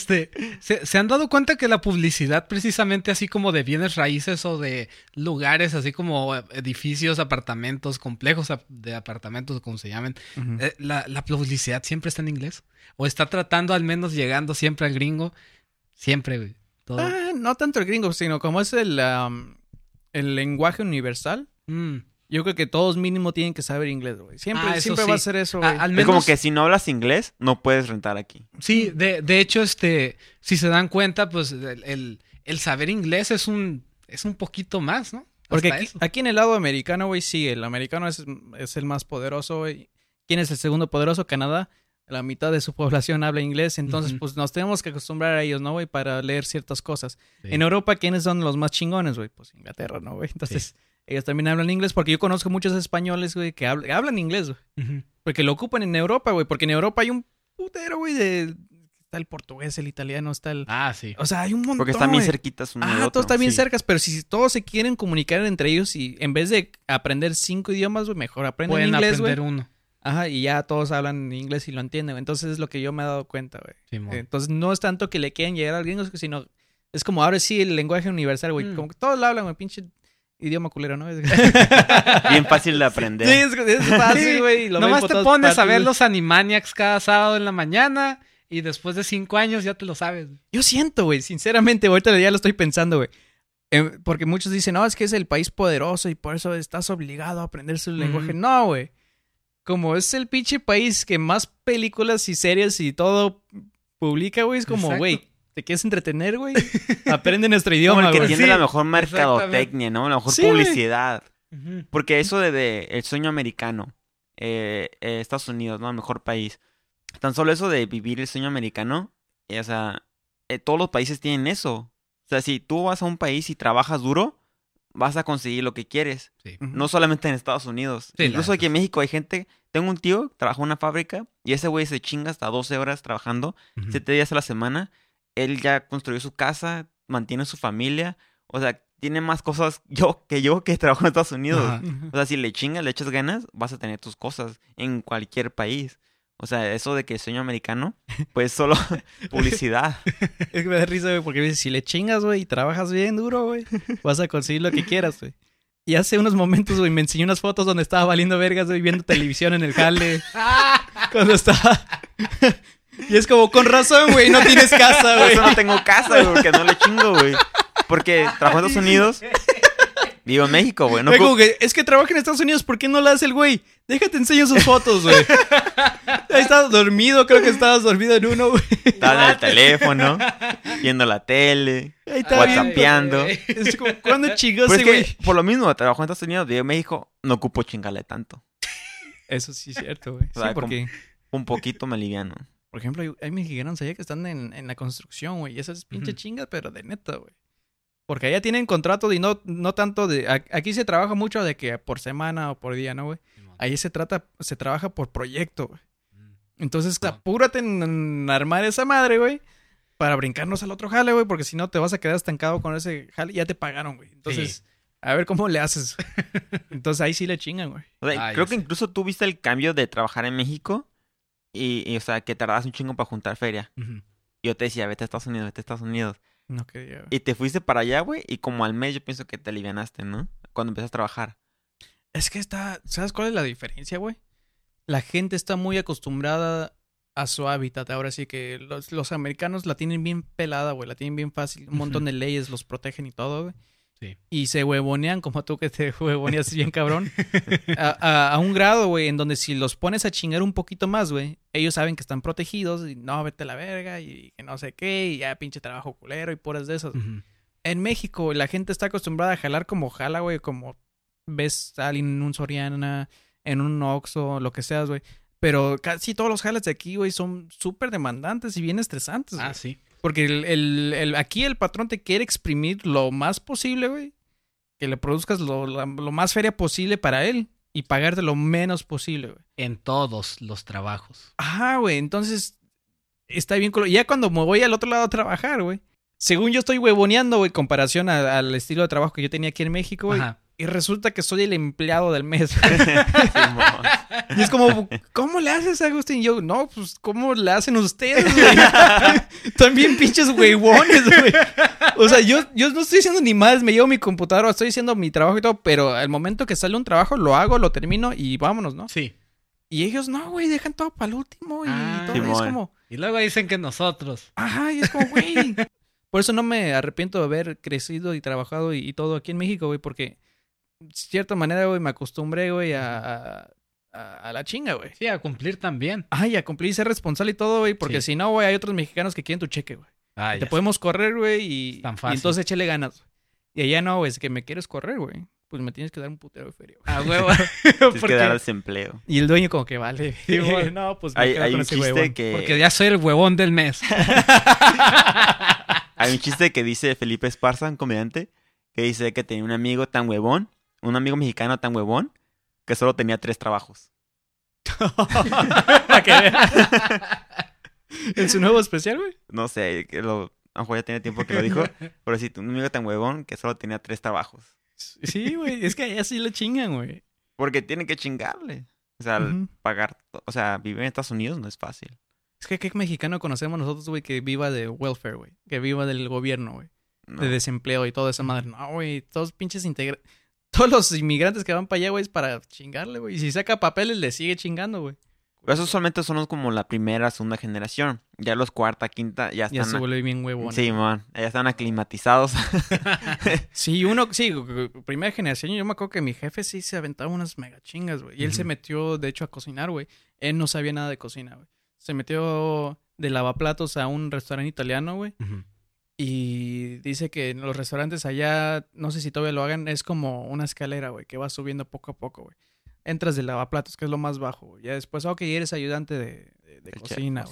¿Se han dado cuenta que la publicidad precisamente así como de bienes raíces o de lugares así como edificios, apartamentos, complejos de apartamentos, como se llamen, Ujú. la publicidad siempre está en inglés? ¿O está tratando al menos llegando siempre al gringo? Siempre, güey. Todo. No tanto el gringo, sino como es el lenguaje universal. Yo creo que todos mínimo tienen que saber inglés, güey. Siempre, Ah, eso siempre sí. va a ser eso, güey. Al Es menos, como que si no hablas inglés, no puedes rentar aquí. Sí, de hecho, si se dan cuenta, pues el saber inglés es un poquito más, ¿no? Porque Hasta eso. aquí en el lado americano, güey, sí, el americano es el más poderoso, güey. ¿Quién es el segundo poderoso? Canadá. La mitad de su población habla inglés, entonces Ujú. pues nos tenemos que acostumbrar a ellos, ¿no, güey? Para leer ciertas cosas. Sí. En Europa, ¿quiénes son los más chingones, güey? Pues Inglaterra, ¿no, güey? Entonces, ellos también hablan inglés, porque yo conozco muchos españoles, güey, que hablan inglés, güey. Ujú. Porque lo ocupan en Europa, güey, porque en Europa hay un putero, güey, está el portugués, el italiano, está el... Ah, sí. O sea, hay un montón, Porque están bien güey. cerquitas uno de otro. Todos están bien sí. cercas, pero si todos se quieren comunicar entre ellos y en vez de aprender 5 idiomas, güey, mejor aprenden Pueden inglés, güey. aprender uno. Ajá, y ya todos hablan inglés y lo entienden, güey. Entonces es lo que yo me he dado cuenta, güey. Simón. Entonces no es tanto que le quieran llegar al gringo, sino es como ahora sí el lenguaje universal, güey. Mm. Como que todos lo hablan, güey, pinche idioma culero, ¿no? Bien fácil de aprender. Sí, es fácil, güey. y lo ven Nomás por te todas pones a partes, ver güey. los Animaniacs cada sábado en la mañana y después de 5 años ya te lo sabes. Yo siento, güey, sinceramente, ahorita ya lo estoy pensando, güey. Porque muchos dicen, no, es que es el país poderoso y por eso estás obligado a aprender su lenguaje. No, güey. Como es el pinche país que más películas y series y todo publica, güey, es como, Exacto. güey, ¿te quieres entretener, güey? Aprende nuestro Como idioma, el que güey. tiene Sí, la mejor mercadotecnia, ¿no? La mejor Sí, güey. publicidad. Ujú. Porque eso de el sueño americano, Estados Unidos, ¿no? El mejor país. Tan solo eso de vivir el sueño americano, o sea, todos los países tienen eso. O sea, si tú vas a un país y trabajas duro, vas a conseguir lo que quieres. Sí. No solamente en Estados Unidos. Sí, Incluso aquí en México hay gente... Tengo un tío que trabaja en una fábrica y ese güey se chinga hasta 12 horas trabajando, 7 días a la semana. Él ya construyó su casa, mantiene su familia. O sea, tiene más cosas que trabajo en Estados Unidos. Ajá. O sea, si le chingas, le echas ganas, vas a tener tus cosas en cualquier país. O sea, eso de que sueño americano, pues solo publicidad. Es que me da risa, güey, porque dices, si le chingas, güey, y trabajas bien duro, güey, vas a conseguir lo que quieras, güey. Y hace unos momentos, güey, me enseñó unas fotos donde estaba valiendo vergas, güey, viendo televisión en el jale. Cuando estaba... Y es como, con razón, güey, no tienes casa, Por güey. eso no tengo casa, güey, porque no le chingo, güey. Porque trabajo en Estados Unidos, vivo en México, güey. No Güey, puedo- como que, es que trabaja en Estados Unidos, ¿por qué no la hace el güey? Déjate enseño sus fotos, güey. Ahí estabas dormido, creo que estabas dormido en uno, güey. Estaba en el teléfono, viendo la tele, Ahí está bien. whatsappeando. Es como, ¿cuándo chingó Pues ese es que, güey? por lo mismo, trabajo en Estados Unidos, vivo en México, no ocupo chingarle tanto. Eso sí es cierto, güey. O Sí, sea, porque... Un poquito me aliviano. Por ejemplo, hay mexicanos allá que están en la construcción, güey. Y eso es pinche Ujú. chinga, pero de neta, güey. Porque allá tienen contrato y no tanto de... Aquí se trabaja mucho de que por semana o por día, ¿no, güey? Ahí se trabaja por proyecto, güey. Entonces, Ah. apúrate en armar esa madre, güey. Para brincarnos al otro jale, güey. Porque si no, te vas a quedar estancado con ese jale. Ya te pagaron, güey. Entonces, a ver cómo le haces. Entonces, ahí sí le chingan, güey. O sea, Ah, creo ya que sé. incluso tú viste el cambio de trabajar en México y, o sea, que tardabas un chingo para juntar feria. Ujú. Y yo te decía, vete a Estados Unidos, vete a Estados Unidos. No quería, güey. Y te fuiste para allá, güey, y como al mes yo pienso que te alivianaste, ¿no? Cuando empiezas a trabajar. Es que ¿sabes cuál es la diferencia, güey? La gente está muy acostumbrada a su hábitat. Ahora sí que los americanos la tienen bien pelada, güey. La tienen bien fácil. Un montón de leyes los protegen y todo, güey. Sí. Y se huevonean como tú que te huevoneas bien cabrón. A un grado, güey, en donde si los pones a chingar un poquito más, güey, ellos saben que están protegidos y no, vete a la verga y que no sé qué y ya pinche trabajo culero y puras de esas. Ujú. En México, güey, la gente está acostumbrada a jalar como jala, güey, como ves a alguien en un Soriana, en un Oxxo, lo que seas, güey. Pero casi todos los jales de aquí, güey, son súper demandantes y bien estresantes, güey. Ah, sí. Porque aquí el patrón te quiere exprimir lo más posible, güey. Que le produzcas lo más feria posible para él y pagarte lo menos posible, güey. En todos los trabajos. Ajá, güey. Entonces, está bien. Ya cuando me voy al otro lado a trabajar, güey. Según yo estoy huevoneando, güey, comparación al estilo de trabajo que yo tenía aquí en México, güey. Ajá. Y resulta que soy el empleado del mes. Simón. Y es como, ¿cómo le haces, Agustín? Y yo, no, pues, ¿cómo le hacen ustedes, güey? También pinches huevones, güey. O sea, yo no estoy haciendo ni más, me llevo mi computadora, estoy haciendo mi trabajo y todo, pero al momento que sale un trabajo, lo hago, lo termino y vámonos, ¿no? Sí. Y ellos, no, güey, dejan todo para el último y Ah, todo. Y es Simón. como, Y luego dicen que nosotros. ajá, y es como, güey. Por eso no me arrepiento de haber crecido y trabajado y todo aquí en México, güey, porque de cierta manera, güey, me acostumbré, güey, a la chinga, güey. Sí, a cumplir también. Ay, a cumplir y ser responsable y todo, güey, porque Sí. si no, güey, hay otros mexicanos que quieren tu cheque, güey. Ah, Te ya podemos correr, güey, y Tan fácil. entonces échale ganas. Y allá no, güey, es que me quieres correr, güey. Pues me tienes que dar un putero de feria, güey. sé. A huevo. Tienes Porque- que dar desempleo. Y el dueño como que vale. Sí, güey. No, pues me Hay, quedo hay con un ese chiste huevón. que... Porque ya soy el huevón del mes. Hay un chiste que dice Felipe Esparza, un comediante, que dice que tenía un amigo tan huevón, un amigo mexicano tan huevón, que solo tenía 3 trabajos. Para que vean. En su nuevo especial, güey. No sé, a lo mejor ya tiene tiempo que lo dijo, pero sí, un amigo tan huevón que solo tenía 3 trabajos. Sí, güey, es que allá sí le chingan, güey. Porque tienen que chingarle. O sea, Ujú. pagar, o sea, vivir en Estados Unidos no es fácil. Es que ¿qué mexicano conocemos nosotros, güey, que viva de welfare, güey? Que viva del gobierno, güey. No. De desempleo y toda esa madre. No, güey, todos pinches todos los inmigrantes que van para allá, güey, es para chingarle, güey. Y si saca papeles, le sigue chingando, güey. Pero esos solamente son como la primera, segunda generación. Ya los cuarta, quinta, ya Ya se están... vuelve bien huevón. Sí, man, ya están aclimatizados. Sí, primera generación, yo me acuerdo que mi jefe sí se aventaba unas mega chingas, güey. Y él se Ujú. metió, de hecho, a cocinar, güey. Él no sabía nada de cocina, güey. Se metió de lavaplatos a un restaurante italiano, güey. Ujú. Y dice que en los restaurantes allá, no sé si todavía lo hagan, es como una escalera, güey, que va subiendo poco a poco, güey. Entras del lavaplatos, que es lo más bajo, güey. Ya después, ok, eres ayudante de El chef, cocina, ¿no? güey. Sí.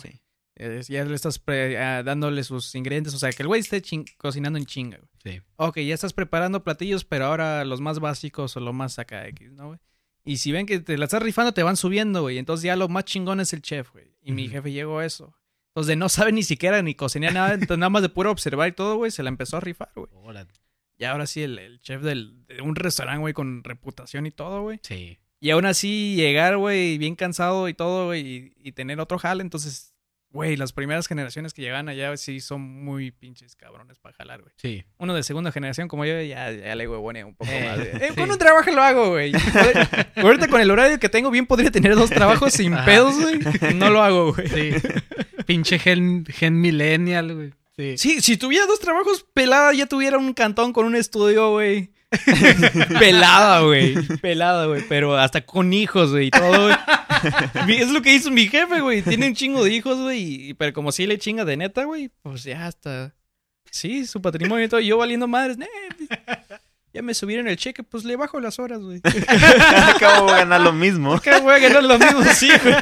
Ya le estás dándole sus ingredientes. O sea, que el güey esté cocinando en chinga, güey. Sí. Ok, ya estás preparando platillos, pero ahora los más básicos o lo más acá X, ¿no, güey? Y si ven que te la estás rifando, te van subiendo, güey. Entonces ya lo más chingón es el chef, güey. Y mi jefe llegó a eso. Entonces no sabe ni siquiera ni cocinar nada. Entonces nada más de puro observar y todo, güey, se la empezó a rifar, güey. Y ahora sí, el chef de un restaurante, güey, con reputación y todo, güey. Sí. Y aún así llegar, güey, bien cansado y todo, güey, y tener otro jale. Entonces, güey, las primeras generaciones que llegan allá sí son muy pinches cabrones para jalar, güey. Sí. Uno de segunda generación como yo ya le huevonea un poco más. Sí. Con un trabajo lo hago, güey. Ahorita con el horario que tengo bien podría tener 2 trabajos sin pedos, güey. No lo hago, güey. Sí. Pinche gen millennial, güey. Sí. Sí, si tuviera 2 trabajos, pelada ya tuviera un cantón con un estudio, güey. Pelada, güey. Pelada, güey. Pero hasta con hijos, güey. Y todo, güey. Es lo que hizo mi jefe, güey. Tiene un chingo de hijos, güey. Pero como sí le chinga de neta, güey. Pues ya hasta... Sí, su patrimonio y todo. Y yo valiendo madres. Ya me subieron el cheque. Pues le bajo las horas, güey. Acabo de ganar lo mismo. Acabo de ganar lo mismo, sí, güey.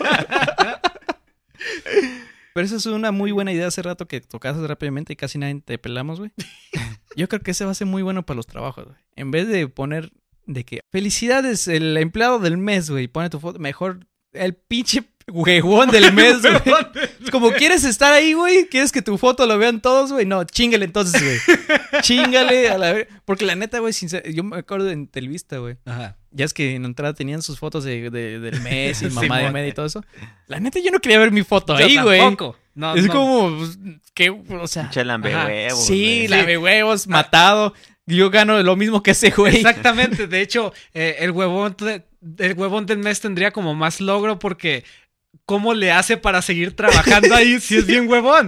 Pero esa es una muy buena idea hace rato que tocaste rápidamente y casi nadie te pelamos, güey. Yo creo que ese va a ser muy bueno para los trabajos, güey. En vez de poner de que felicidades, el empleado del mes, güey, pone tu foto, mejor el pinche huevón del mes, güey. Es como quieres estar ahí, güey, quieres que tu foto lo vean todos, güey. No, chíngale entonces, güey. Chíngale a la... Porque la neta, güey, yo me acuerdo en Televista, güey. Ajá. Ya es que en entrada tenían sus fotos del mes y mamá Simón. de media y todo eso. La neta, yo no quería ver mi foto ahí, güey. No, Es no. como, pues, ¿qué? O sea... Pinche lambehuevos. Sí, güey. lambehuevos, matado. Yo gano lo mismo que ese güey. Exactamente. De hecho, el huevón del mes tendría como más logro porque ¿cómo le hace para seguir trabajando ahí si es bien huevón?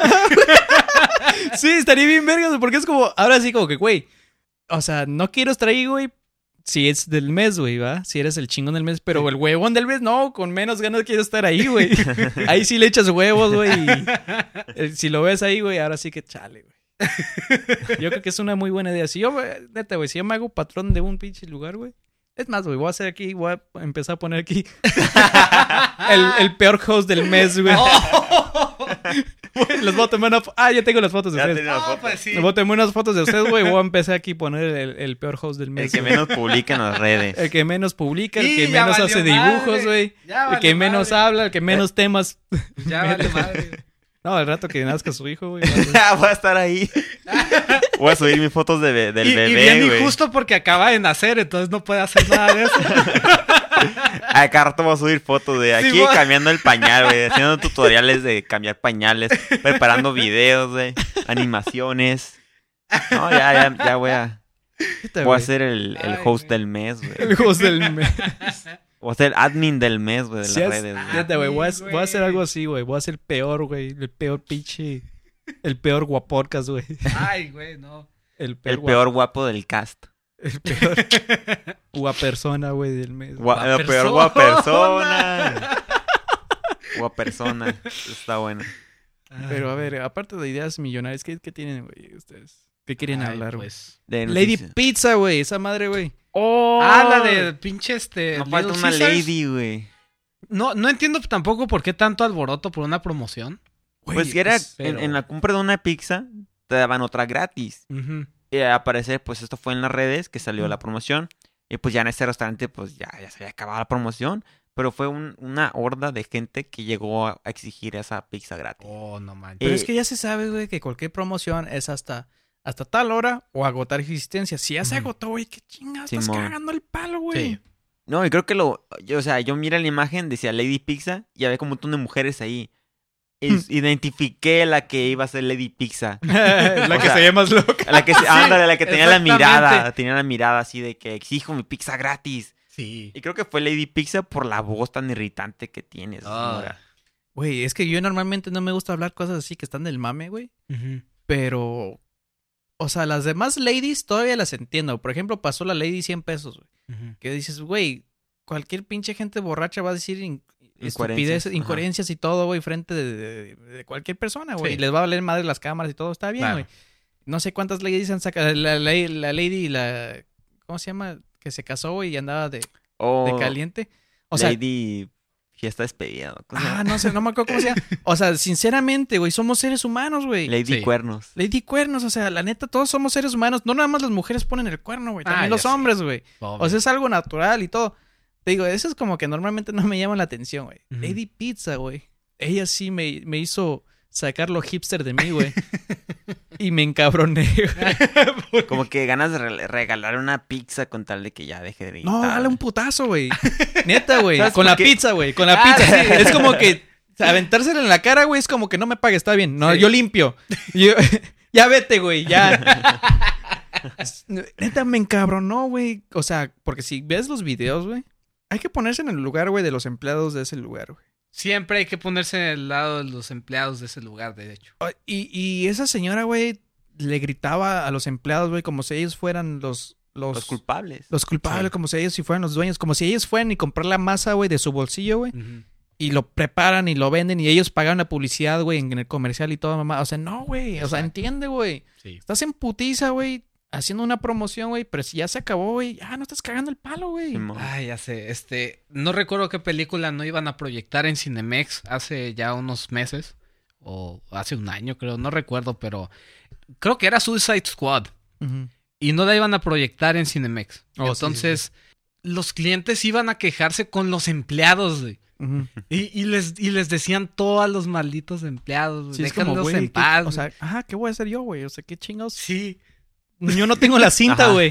Sí, estaría bien vergas, porque es como, ahora sí como que, güey, o sea, no quiero estar ahí, güey, si es del mes, güey, ¿va? Si eres el chingón del mes, pero el huevón del mes, no, con menos ganas quiero estar ahí, güey. Ahí sí le echas huevos, güey, y si lo ves ahí, güey, ahora sí que chale, güey. Yo creo que es una muy buena idea. Si yo, neta, güey, si yo me hago patrón de un pinche lugar, güey. Es más, güey, voy a hacer aquí, voy a empezar a poner aquí el peor host del mes, güey. Les voy a tomar ya tengo las fotos de Ya ustedes. tenía las fotos. Pues sí. Les voy a tomar unas fotos de ustedes, güey. Voy a empezar aquí a poner el peor host del El mes. que güey. menos publica en las redes. El que menos publica, el Sí, que ya menos valió hace madre. dibujos, güey. Ya El que valió menos madre. habla, el que menos temas. Ya vale madre. No, al rato que nazca su hijo, güey. Voy a estar ahí. Voy a subir mis fotos del Y bebé, bien güey. injusto porque acaba de nacer, entonces no puede hacer nada de eso. A cada rato voy a subir fotos de aquí Simón. cambiando el pañal, güey. Haciendo tutoriales de cambiar pañales. Preparando videos, güey. Animaciones. No, ya voy a... Voy a ser el Ay, host güey. del mes, güey. El host del mes. Voy a ser admin del mes, güey, de las Sí, redes, güey. fíjate, güey. Voy a güey. hacer algo así, güey. Voy a ser peor, güey. El peor pinche. El peor guapodcast, güey. Ay, güey, no. El El peor guapo del cast. El peor guapersona, güey, del mes. El peor guapersona. Guapersona. Está bueno. Pero a ver, aparte de ideas millonarias, ¿qué tienen, güey, ustedes? ¿Qué quieren Ay, hablar, güey? pues. De Lady noticias. Pizza, güey. Esa madre, güey. ¡Oh! La de pinche No falta Little una Caesars. lady, güey. No entiendo tampoco por qué tanto alboroto por una promoción. Güey, Pues que era pero- en la compra de una pizza, te daban otra gratis. Ujú. Y al parecer, pues esto fue en las redes que salió la promoción. Y pues ya en ese restaurante, pues ya se había acabado la promoción. Pero fue una horda de gente que llegó a exigir esa pizza gratis. Oh, no manches. Pero es que ya se sabe, güey, que cualquier promoción es hasta tal hora o agotar existencia. Si ya se Ujú. agotó, güey, qué chingados estás Simón. cagando el palo, güey. Sí. No, y creo que yo miré la imagen, decía Lady Pizza y había como un montón de mujeres ahí. Identifiqué la que iba a ser Lady Pizza. La O que sea, se ve más loca. La que, ándale, la que tenía la exactamente. mirada. Tenía la mirada así de que exijo mi pizza gratis. Sí. Y creo que fue Lady Pizza por la voz tan irritante que tiene esa Ah. señora. Güey, es que yo normalmente no me gusta hablar cosas así que están del mame, güey. Ujú. Pero, o sea, las demás ladies todavía las entiendo. Por ejemplo, pasó la lady 100 pesos, güey. Ujú. Que dices, güey, cualquier pinche gente borracha va a decir Incoherencias, estupideces, incoherencias y todo, güey, frente de cualquier persona, güey. Sí. Les va a valer madre las cámaras y todo. Está bien, Claro. güey. No sé cuántas ladies han sacado. La lady, ¿cómo se llama? Que se casó, güey, y andaba de O caliente. O sea, Lady Fiesta despedida. No sé, no me acuerdo cómo se llama. O sea, sinceramente, güey, somos seres humanos, güey. Lady Cuernos. Lady Cuernos, o sea, la neta, todos somos seres humanos. No nada más las mujeres ponen el cuerno, güey. También los hombres, güey. O sea, es algo natural y todo. Te digo, eso es como que normalmente no me llama la atención, güey. Lady Pizza, güey. Ella sí me hizo sacar lo hipster de mí, güey. Y me encabroné, güey. Como que ganas de regalar una pizza con tal de que ya deje de gritar. No, dale un putazo, güey. Neta, güey. Con la pizza, güey. Con la pizza, sí. Es como que aventársela en la cara, güey, es como que no me pague, está bien. No, sí. Yo limpio. Ya vete, güey, ya. Neta, me encabronó, güey. O sea, porque si ves los videos, güey, hay que ponerse en el lugar, güey, de los empleados de ese lugar, güey. Siempre hay que ponerse en el lado de los empleados de ese lugar, de hecho. Y esa señora, güey, le gritaba a los empleados, güey, como si ellos fueran los culpables. Los culpables, sí. Como si ellos fueran los dueños. Como si ellos fueran y comprar la masa, güey, de su bolsillo, güey. Y lo preparan y lo venden y ellos pagan la publicidad, güey, en el comercial y todo, mamá. O sea, no, güey. O sea, entiende, güey. Sí. Estás en putiza, güey, haciendo una promoción, güey, pero si ya se acabó, güey, ya no estás cagando el palo, güey. Ay, ya sé. No recuerdo qué película no iban a proyectar en Cinemex hace ya unos meses. O hace un año, creo. No recuerdo, pero creo que era Suicide Squad. Y no la iban a proyectar en Cinemex. Entonces, los clientes iban a quejarse con los empleados, güey. Y les decían todo a los malditos empleados. Sí, déjenlos en paz. O sea, ¿qué voy a hacer yo, güey? O sea, ¿qué chingados? Sí. Yo no tengo la cinta, güey.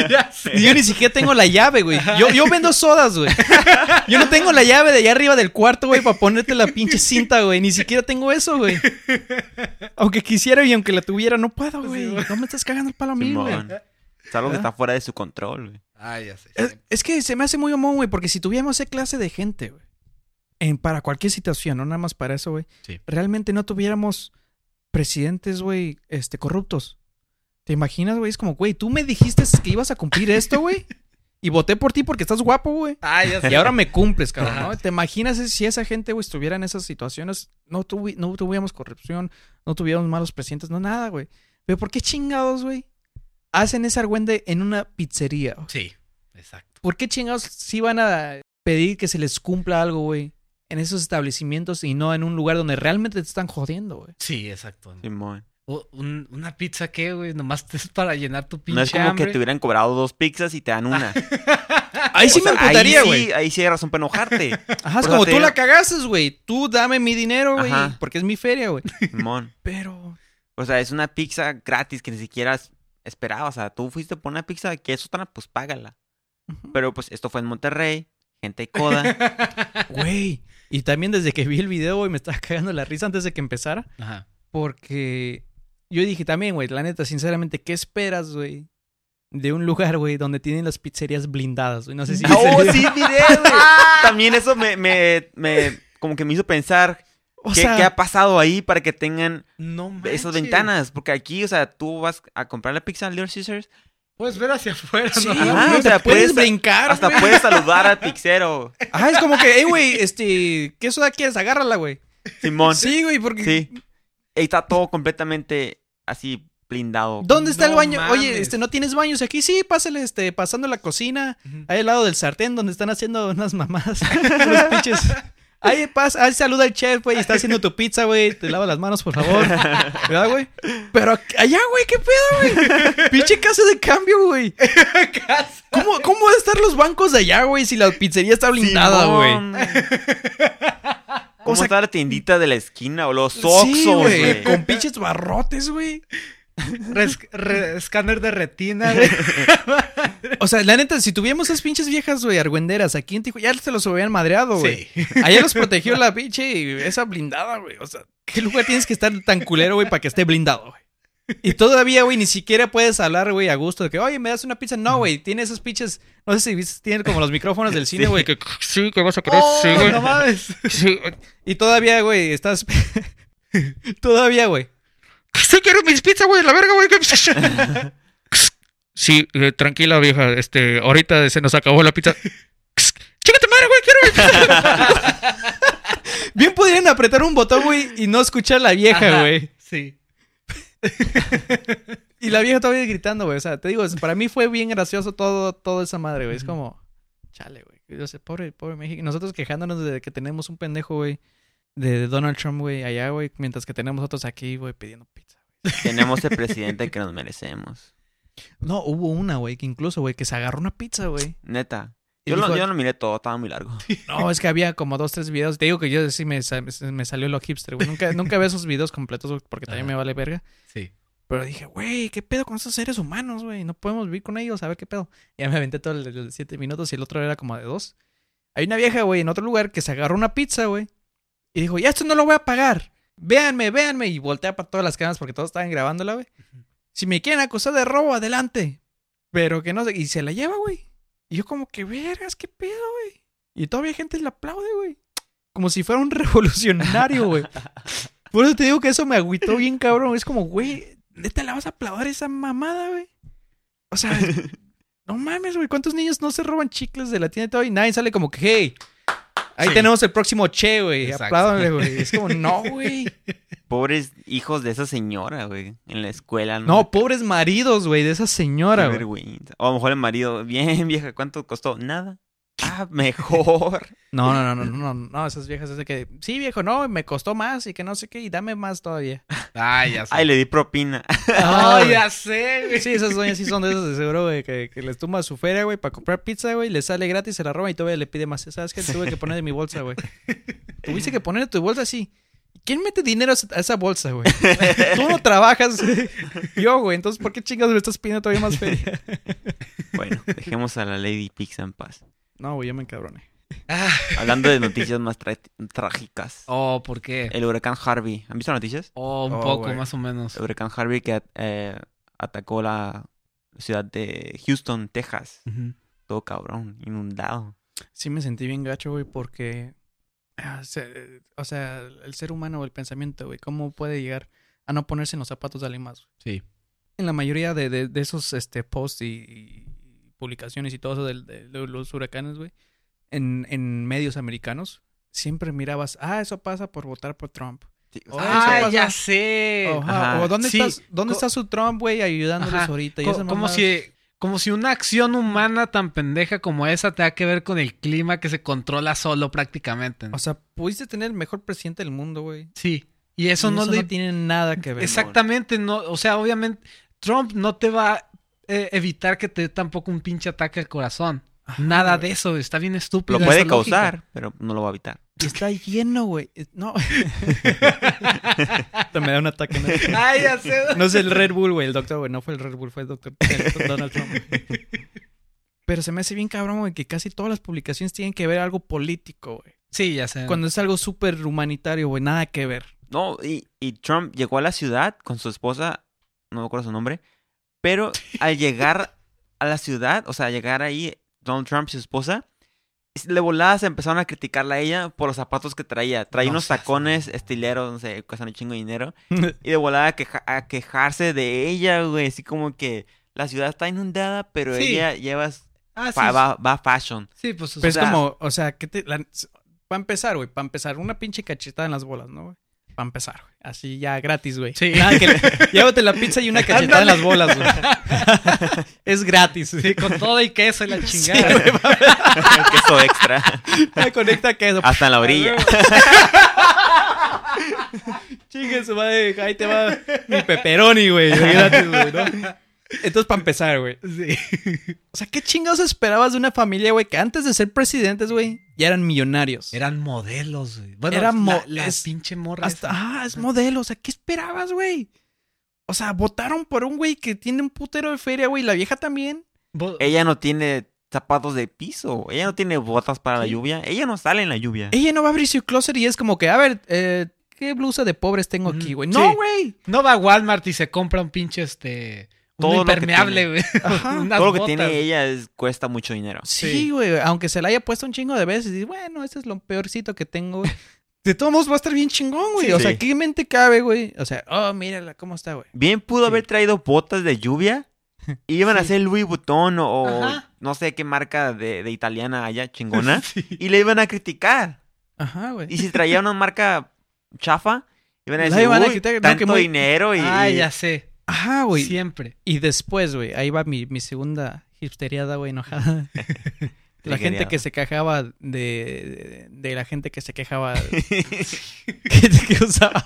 Yo ni siquiera tengo la llave, güey. Yo vendo sodas, güey. Yo no tengo la llave de allá arriba del cuarto, güey, para ponerte la pinche cinta, güey. Ni siquiera tengo eso, güey. Aunque quisiera y aunque la tuviera, no puedo, güey. No me estás cagando el palo a mí, güey. Es algo que está fuera de su control, güey. Ya sé. Es que se me hace muy homón, güey, porque si tuviéramos esa clase de gente, güey, para cualquier situación, no nada más para eso, güey, realmente no tuviéramos presidentes, güey, corruptos. ¿Te imaginas, güey? Es como, güey, tú me dijiste que ibas a cumplir esto, güey. Y voté por ti porque estás guapo, güey. Ya sé. Y ahora me cumples, cabrón, ¿no? ¿Te imaginas si esa gente, güey, estuviera en esas situaciones? No tuviéramos corrupción, no tuviéramos malos presidentes, no nada, güey. Pero ¿por qué chingados, güey, hacen ese argüende en una pizzería? Sí, exacto. ¿Por qué chingados sí van a pedir que se les cumpla algo, güey, en esos establecimientos y no en un lugar donde realmente te están jodiendo, güey? Sí, exacto. Simón. ¿Una pizza qué, güey? Nomás es para llenar tu pinche No es como hambre. que te hubieran cobrado 2 pizzas y te dan una. Ahí sí me emputaría, güey. Ahí sí hay razón para enojarte. Ajá, es como tú la cagaste, güey. Tú dame mi dinero, güey, porque es mi feria, güey. Simón. Pero... O sea, es una pizza gratis que ni siquiera esperaba. O sea, tú fuiste por una pizza de queso, pues págala. Pero pues esto fue en Monterrey. Gente coda. Güey. Y también desde que vi el video, güey, me estaba cagando la risa antes de que empezara. Ajá. Porque yo dije también, güey, la neta, sinceramente, ¿qué esperas, güey? De un lugar, güey, donde tienen las pizzerías blindadas, güey. No sé si... sí, miré, güey. También eso me como que me hizo pensar... ¿Qué ha pasado ahí para que tengan esas ventanas? Porque aquí, o sea, tú vas a comprar la pizza al Little Caesars... Puedes ver hacia afuera, sí, ¿no? O sea, puedes brincar, hasta wey. Puedes saludar al pizzero. Ajá, es como que, güey, ¿qué soda quieres? Agárrala, güey. Simón. Sí, güey, porque... Sí. Está todo completamente así blindado. ¿Dónde está el baño? Mames. Oye, ¿no tienes baños aquí? Sí, pásale, pasando la cocina. Ahí al lado del sartén donde están haciendo unas mamadas. Unos pinches... Ahí saluda al chef, güey, y está haciendo tu pizza, güey. Te lava las manos, por favor. ¿Verdad, güey? Pero allá, güey, ¿qué pedo, güey? Pinche casa de cambio, güey. ¿Cómo van a estar los bancos de allá, güey, si la pizzería está blindada, güey? ¿Cómo está la tiendita de la esquina o los Oxxos, güey? Con pinches barrotes, güey. Escáner de retina, güey. O sea, la neta, si tuviéramos esas pinches viejas, güey, argüenderas aquí en Tijuana, ya se los hubieran madreado, güey. Sí. Allá los protegió la pinche esa blindada, güey. O sea, ¿qué lugar tienes que estar tan culero, güey, para que esté blindado, güey? Y todavía, güey, ni siquiera puedes hablar, güey, a gusto de que, oye, ¿me das una pizza? No, güey, tiene esos pinches, no sé si viste, tiene como los micrófonos del cine, güey, que sí, que vas a querer, sí, güey. No mames. Sí. Y todavía, güey, estás... todavía, güey. Sí quiero mis pizzas, güey, la verga, güey. Sí, tranquila, vieja, ahorita se nos acabó la pizza. ¡Chícate madre, güey! ¡Quiero mi pizza! Bien podrían apretar un botón, güey, y no escuchar a la vieja, güey. Sí. Y la vieja todavía gritando, güey. O sea, te digo, para mí fue bien gracioso todo esa madre, güey. Es como... Chale, güey. Yo sé, pobre México. Nosotros quejándonos de que tenemos un pendejo, güey, de Donald Trump, güey, allá, güey, mientras que tenemos otros aquí, güey, pidiendo pizza. Tenemos el presidente que nos merecemos. No, hubo una, güey, que incluso, güey, que se agarró una pizza, güey. Neta. Y Yo dijo- no miré todo, estaba muy largo. No, es que había como 2, 3 videos. Te digo que yo sí me salió lo hipster, güey. Nunca veo esos videos completos güey, porque también Ajá. me vale verga. Sí. Pero dije, güey, ¿qué pedo con esos seres humanos, güey? No podemos vivir con ellos, a ver qué pedo. Ya me aventé todo el de 7 minutos y el otro era como de 2. Hay una vieja, güey, en otro lugar que se agarró una pizza, güey. Y dijo, ya esto no lo voy a pagar. Véanme. Y voltea para todas las cámaras porque todos estaban grabándola, güey. Si me quieren acusar de robo, adelante. Pero que no sé. Y se la lleva, güey. Y yo como que, vergas, qué pedo, güey. Y todavía gente le aplaude, güey. Como si fuera un revolucionario, güey. Por eso te digo que eso me agüitó bien, cabrón. Es como, güey, ¿neta le vas a aplaudir esa mamada, güey? O sea, no mames, güey. ¿Cuántos niños no se roban chicles de la tienda y todo? Y nadie sale como que, hey, ahí Sí. tenemos el próximo Che, güey. Exacto. Apláudale, güey. Es como, no, güey. Pobres hijos de esa señora, güey. En la escuela. No, pobres maridos, güey, de esa señora, Qué güey. vergüenza. O a lo mejor el marido, bien vieja, ¿cuánto costó? Nada. Ah, mejor. No, esas viejas es de que, sí, viejo, no, me costó más y que no sé qué, y dame más todavía. Ay, ya sé. Ay, le di propina. Ay, ya sé, güey. Sí, esas doñas sí son de esas de seguro, güey, que les tumba su feria, güey, para comprar pizza, güey, le sale gratis, se la roba y todavía le pide más. ¿Sabes qué? Tuve que poner de mi bolsa, güey. Tuviste que poner de tu bolsa así. ¿Quién mete dinero a esa bolsa, güey? Tú no trabajas. Yo, güey, entonces, ¿por qué chingados me estás pidiendo todavía más feria? Bueno, dejemos a la Lady Pizza en paz. No, güey, yo me encabroné. Ah. Hablando de noticias más trágicas. Oh, ¿por qué? El huracán Harvey. ¿Han visto las noticias? Oh, un Oh, poco, güey. más o menos. El huracán Harvey que atacó la ciudad de Houston, Texas. Ujú. Todo cabrón, inundado. Sí me sentí bien gacho, güey, porque... o sea, el ser humano o el pensamiento, güey, ¿cómo puede llegar a no ponerse en los zapatos de alguien más? Sí. En la mayoría de esos posts y publicaciones y todo eso de los huracanes, güey, en medios americanos, siempre mirabas, eso pasa por votar por Trump. Sí, Oh, sea, eso Ah, pasa. ya sé. Ajá. O ¿dónde Sí. está su Trump, güey, ayudándoles Ajá. ahorita? Y Co- esas como mamadas. si una acción humana tan pendeja como esa tenga que ver con el clima que se controla solo prácticamente. O sea, pudiste tener el mejor presidente del mundo, güey. Sí. Y eso Y no le... tiene nada que ver. Exactamente, no, o sea, obviamente Trump no te va a evitar que te dé tampoco un pinche ataque al corazón. Ajá, Nada güey. de eso, está bien estúpido. lo puede esa lógica. causar, pero no lo va a evitar. Y está lleno, güey. No. Te me da un ataque. ¿No? Ay, ya sé. No es el Red Bull, güey. El doctor, güey. No fue el Red Bull, fue el doctor Donald Trump. Pero se me hace bien cabrón, güey, que casi todas las publicaciones tienen que ver algo político, güey. Sí, ya sé. Cuando es algo súper humanitario, güey. Nada que ver. No, y Trump llegó a la ciudad con su esposa, no me acuerdo su nombre, pero al llegar a la ciudad, o sea, llegar ahí, Donald Trump y su esposa, de volada se empezaron a criticarla a ella por los zapatos que traía. Traía No unos seas tacones estileros, no sé, cuestan un chingo de dinero. Y de volada a quejarse de ella, güey. Así como que la ciudad está inundada, pero Sí. ella lleva... Ah, sí. va fashion. Sí, pues. Pero es sea- como, o sea, para empezar, güey, para empezar, una pinche cachetada en las bolas, ¿no, güey? Para empezar, güey. Así ya gratis, güey. Sí. Nada que llévate la pizza y una cachetada en las bolas, güey. Es gratis. Sí, con todo y queso y la Sí, chingada. güey. Queso extra. Conecta queso. Hasta en la orilla. Chingue su madre, ahí te va mi pepperoni, güey. Gratis, güey, ¿no? Entonces, para empezar, güey. Sí. O sea, ¿qué chingados esperabas de una familia, güey, que antes de ser presidentes, güey, ya eran millonarios? Eran modelos, güey. Bueno, Eran la es- pinche morra. Hasta, es modelo. O sea, ¿qué esperabas, güey? O sea, votaron por un güey que tiene un putero de feria, güey. La vieja también. Ella no tiene zapatos de piso. Ella no tiene botas para la lluvia. Ella no sale en la lluvia. Ella no va a abrir su closet y es como que, a ver, ¿qué blusa de pobres tengo aquí, güey? Sí. No, güey. No va a Walmart y se compra un pinche Todo un lo que impermeable, güey. Ajá. Unas Todo lo que botas. tiene ella cuesta mucho dinero. Sí, güey. Aunque se la haya puesto un chingo de veces. Y bueno, este es lo peorcito que tengo, güey. De todos modos va a estar bien chingón, güey. Sí. O sea, Sí. ¿qué mente cabe, güey? O sea, mírala, ¿cómo está, güey? Bien pudo haber traído botas de lluvia. Y iban a ser Louis Vuitton o Ajá. no sé qué marca de italiana allá, chingona. Sí. Y le iban a criticar. Ajá, güey. Y si traía una marca chafa, iban a La decir, iban a uy, criticar, no, tanto que muy- dinero y... Ah, y- ya sé. Ajá, güey. Siempre. Y después, güey, ahí va mi segunda hipsteriada, güey, enojada. La gente que se quejaba de la gente que se quejaba que usaba.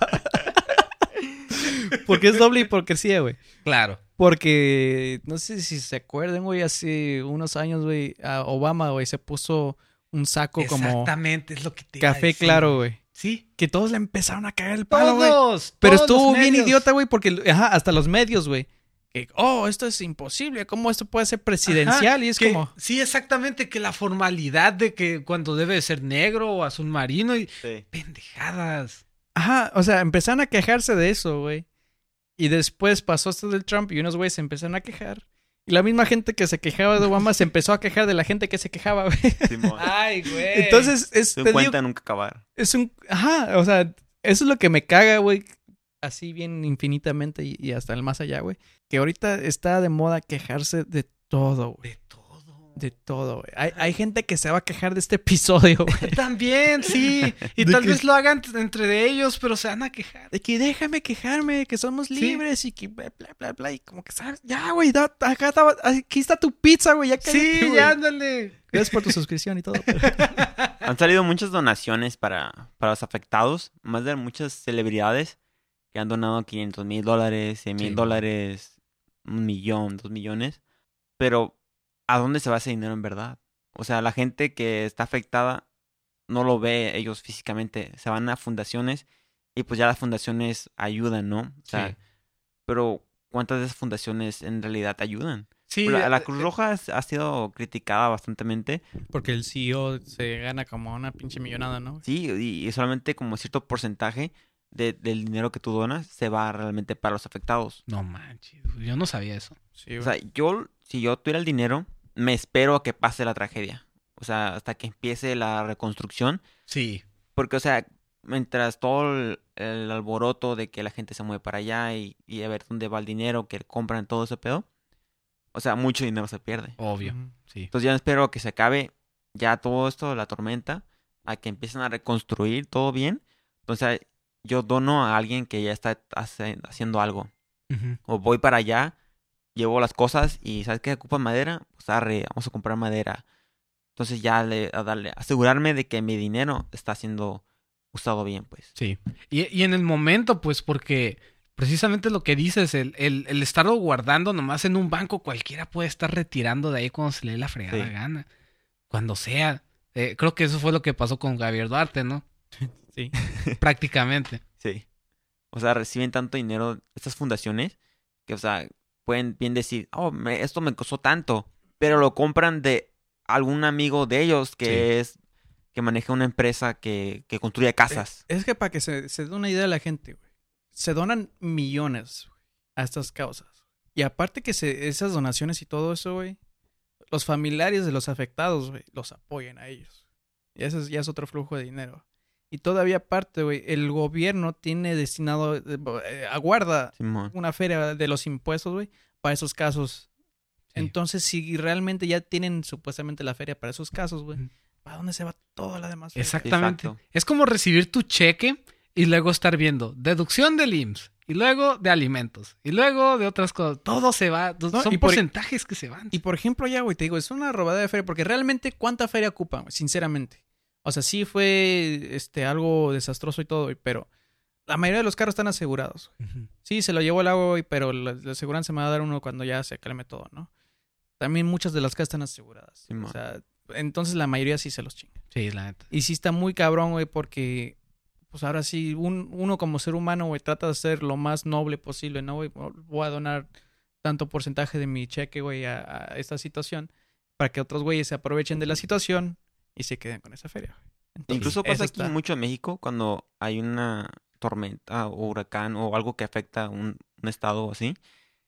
Porque es doble hipocresía, güey. Claro. Porque, no sé si se acuerdan, güey, hace unos años, güey, a Obama, güey, se puso un saco como... Exactamente, es lo que te iba a Café decir. claro, güey. Sí. Que todos le empezaron a caer el palo, güey. Todos. Pero todos estuvo los bien medios. idiota, güey, porque, hasta los medios, güey. Que, esto es imposible, ¿cómo esto puede ser presidencial? Ajá, Y es que, como... Sí, exactamente, que la formalidad de que cuando debe de ser negro o azul marino y... Sí. Pendejadas. Ajá, o sea, empezaron a quejarse de eso, güey. Y después pasó esto del Trump y unos güeyes se empezaron a quejar. Y la misma gente que se quejaba de Obama se empezó a quejar de la gente que se quejaba, güey. Simón. Ay, güey. Entonces, Te cuenta nunca acabar. es un... Ajá, o sea, eso es lo que me caga, güey. Así bien infinitamente y hasta el más allá, güey. Que ahorita está de moda quejarse de todo, güey. De todo. De todo, güey. Hay gente que se va a quejar de este episodio, güey. También, sí. Y De tal que- vez lo hagan entre ellos, pero se van a quejar. De que déjame quejarme, que somos Sí. libres y que bla, bla, bla, bla. Y como que, ¿sabes? Ya, güey, aquí está tu pizza, güey. Ya cállate, Sí, güey. ya ándale. Gracias por tu suscripción y todo. pero- Han salido muchas donaciones para los afectados. Más de muchas celebridades que han donado $500,000, $100,000, 1,000,000, 2,000,000. Pero, ¿a dónde se va ese dinero en verdad? O sea, la gente que está afectada no lo ve ellos físicamente. Se van a fundaciones y pues ya las fundaciones ayudan, ¿no? O sea, Sí. pero ¿cuántas de esas fundaciones en realidad ayudan? Sí, La Cruz Roja ha sido criticada bastantemente. Porque el CEO se gana como una pinche millonada, ¿no? Sí, y solamente como cierto porcentaje del dinero que tú donas se va realmente para los afectados. No manches, yo no sabía eso. Sí, O güey. sea, si yo tuviera el dinero, me espero a que pase la tragedia. O sea, hasta que empiece la reconstrucción. Sí. Porque, o sea, mientras todo el alboroto de que la gente se mueve para allá y a ver dónde va el dinero, que compran todo ese pedo, o sea, mucho dinero se pierde. Obvio. Ujú. Sí. Entonces ya espero a que se acabe ya todo esto, la tormenta, a que empiecen a reconstruir todo bien. Entonces yo dono a alguien que ya está haciendo algo. Ujú. O voy para allá, llevo las cosas y ¿sabes qué? ¿Ocupas madera? Pues arre, vamos a comprar madera. Entonces ya asegurarme de que mi dinero está siendo usado bien, pues. Sí. Y en el momento, pues, porque precisamente lo que dices, el estarlo guardando nomás en un banco, cualquiera puede estar retirando de ahí cuando se le dé la fregada Sí. gana. Cuando sea. Creo que eso fue lo que pasó con Javier Duarte, ¿no? Sí. Prácticamente. Sí. O sea, reciben tanto dinero estas fundaciones que, o sea, pueden bien decir, esto me costó tanto, pero lo compran de algún amigo de ellos que maneja una empresa que construye casas. Es que para que se dé una idea a la gente, güey. Se donan millones, güey, a estas causas. Y aparte que esas donaciones y todo eso, güey, los familiares de los afectados, güey, los apoyan a ellos. Y eso ya es otro flujo de dinero. Y todavía aparte, güey, el gobierno tiene destinado, aguarda Simón. una feria de los impuestos, güey, para esos casos. Sí. Entonces, si realmente ya tienen supuestamente la feria para esos casos, güey, Ujú. ¿para dónde se va toda la demás feria? Exactamente. Exacto. Es como recibir tu cheque y luego estar viendo deducción del IMSS. Y luego de alimentos. Y luego de otras cosas. Todo se va. No, Son y por- porcentajes que se van. Y por ejemplo, ya, güey, te digo, es una robada de feria, porque realmente, ¿cuánta feria ocupan, güey? Sinceramente. O sea, sí fue algo desastroso y todo, güey, pero la mayoría de los carros están asegurados, güey. Ujú. Sí, se lo llevó el agua, güey, pero la aseguranza me va a dar uno cuando ya se calme todo, ¿no? También muchas de las casas están aseguradas. Simón. O sea, entonces la mayoría sí se los chinga. Sí, la neta. Y sí está muy cabrón, güey, porque pues ahora sí, uno como ser humano, güey, trata de ser lo más noble posible, ¿no, güey? Voy a donar tanto porcentaje de mi cheque, güey, a esta situación para que otros güeyes se aprovechen de la situación y se queden con esa feria, güey. Entonces, Incluso pasa eso aquí está- mucho en México cuando hay una tormenta o huracán o algo que afecta a un estado o así.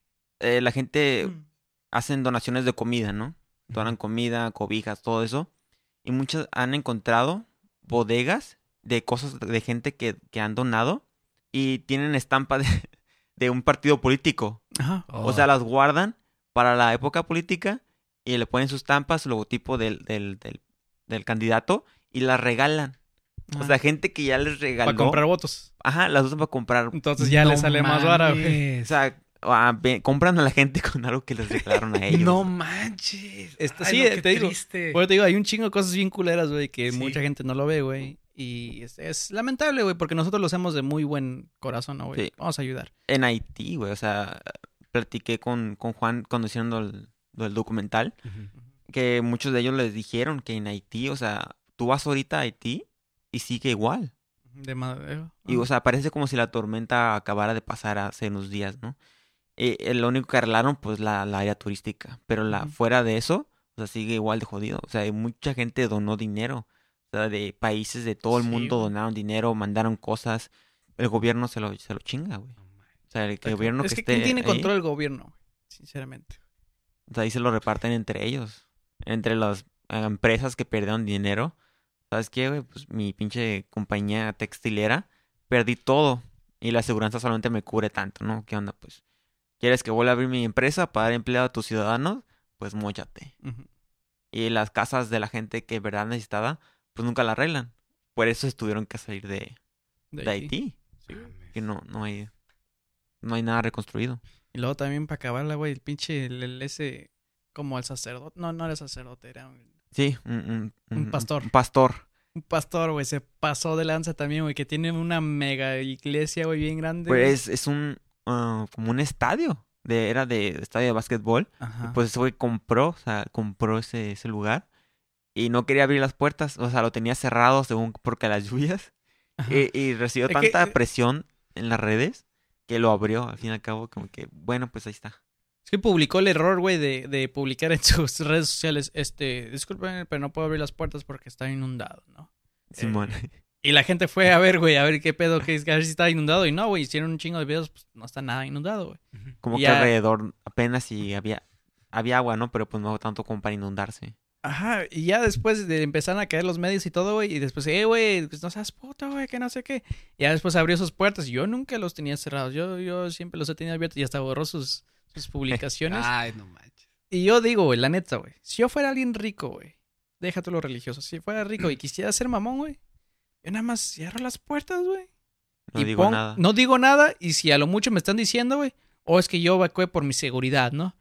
La gente hacen donaciones de comida, ¿no? Donan comida, cobijas, todo eso. Y muchas han encontrado bodegas de cosas de gente que han donado y tienen estampa de un partido político. Ajá. O sea, las guardan para la época política y le ponen sus estampas, su logotipo del candidato y las regalan. O sea, gente que ya les regaló. para comprar votos. Ajá, las usan para comprar. Entonces ya No le sale más vara, güey. mames. O sea, compran a la gente con algo que les regalaron a ellos. No manches. Sí, te digo. Bueno, te digo, hay un chingo de cosas bien culeras, güey, que Sí. mucha gente no lo ve, güey. Y es lamentable, güey, porque nosotros lo hacemos de muy buen corazón, ¿no, güey? Sí. Vamos a ayudar. En Haití, güey, o sea, platiqué con Juan cuando hicieron el documental, que muchos de ellos les dijeron que en Haití, o sea, tú vas ahorita a Haití y sigue igual. De madre. Y, o sea, parece como si la tormenta acabara de pasar hace unos días, ¿no? Lo único que arreglaron, pues, la área turística. Pero fuera de eso, o sea, sigue igual de jodido. O sea, mucha gente donó dinero. O sea, de países de todo el Sí, mundo güey. donaron dinero, mandaron cosas. El gobierno se lo chinga, güey. O sea, el gobierno Es que que esté ¿quién tiene ahí, control del gobierno, güey? Sinceramente. o sea, ahí se lo reparten entre ellos. Entre las empresas que perdieron dinero. ¿Sabes qué, güey? Pues mi pinche compañía textilera, perdí todo. Y la aseguranza solamente me cubre tanto, ¿no? ¿Qué onda? Pues, ¿quieres que vuelva a abrir mi empresa para dar empleo a tus ciudadanos? Pues móchate. Ujú. Y las casas de la gente que de verdad necesitaba, pues nunca la arreglan. Por eso tuvieron que salir de Haití. Sí, güey. Que no hay nada reconstruido. Y luego también para acabarla, güey, el pinche, ese, como el sacerdote. No, no era sacerdote, era Sí, Un pastor. Un pastor. un pastor, güey, se pasó de lanza también, güey, que tiene una mega iglesia, güey, bien grande. Pues es un, como un estadio. Era de estadio de básquetbol. Ajá. Y pues ese güey compró ese lugar. Y no quería abrir las puertas. O sea, lo tenía cerrado según porque las lluvias. Ajá. Y recibió Es que, tanta presión en las redes que lo abrió. Al fin y al cabo, como que, bueno, pues ahí está. Es que publicó el error, güey, de publicar en sus redes sociales, disculpen, pero no puedo abrir las puertas porque está inundado, ¿no? Simón. Y la gente fue a ver, güey, a ver qué pedo, a ver si está inundado. Y no, güey, hicieron un chingo de videos, pues no está nada inundado, güey. Como que Ya. alrededor apenas si había agua, ¿no? Pero pues no tanto como para inundarse. Ajá, y ya después de empezar a caer los medios y todo, güey, y después, güey, pues no seas puto, güey, que no sé qué. Y ya después abrió sus puertas. Yo nunca los tenía cerrados, yo siempre los he tenido abiertos y hasta borró sus publicaciones. Ay, no manches. Y yo digo, güey, la neta, güey, si yo fuera alguien rico, güey, déjate lo religioso, si fuera rico y quisiera ser mamón, güey, yo nada más cierro las puertas, güey. No y digo nada. No digo nada, y si a lo mucho me están diciendo, güey, o es que yo evacué por mi seguridad, ¿no?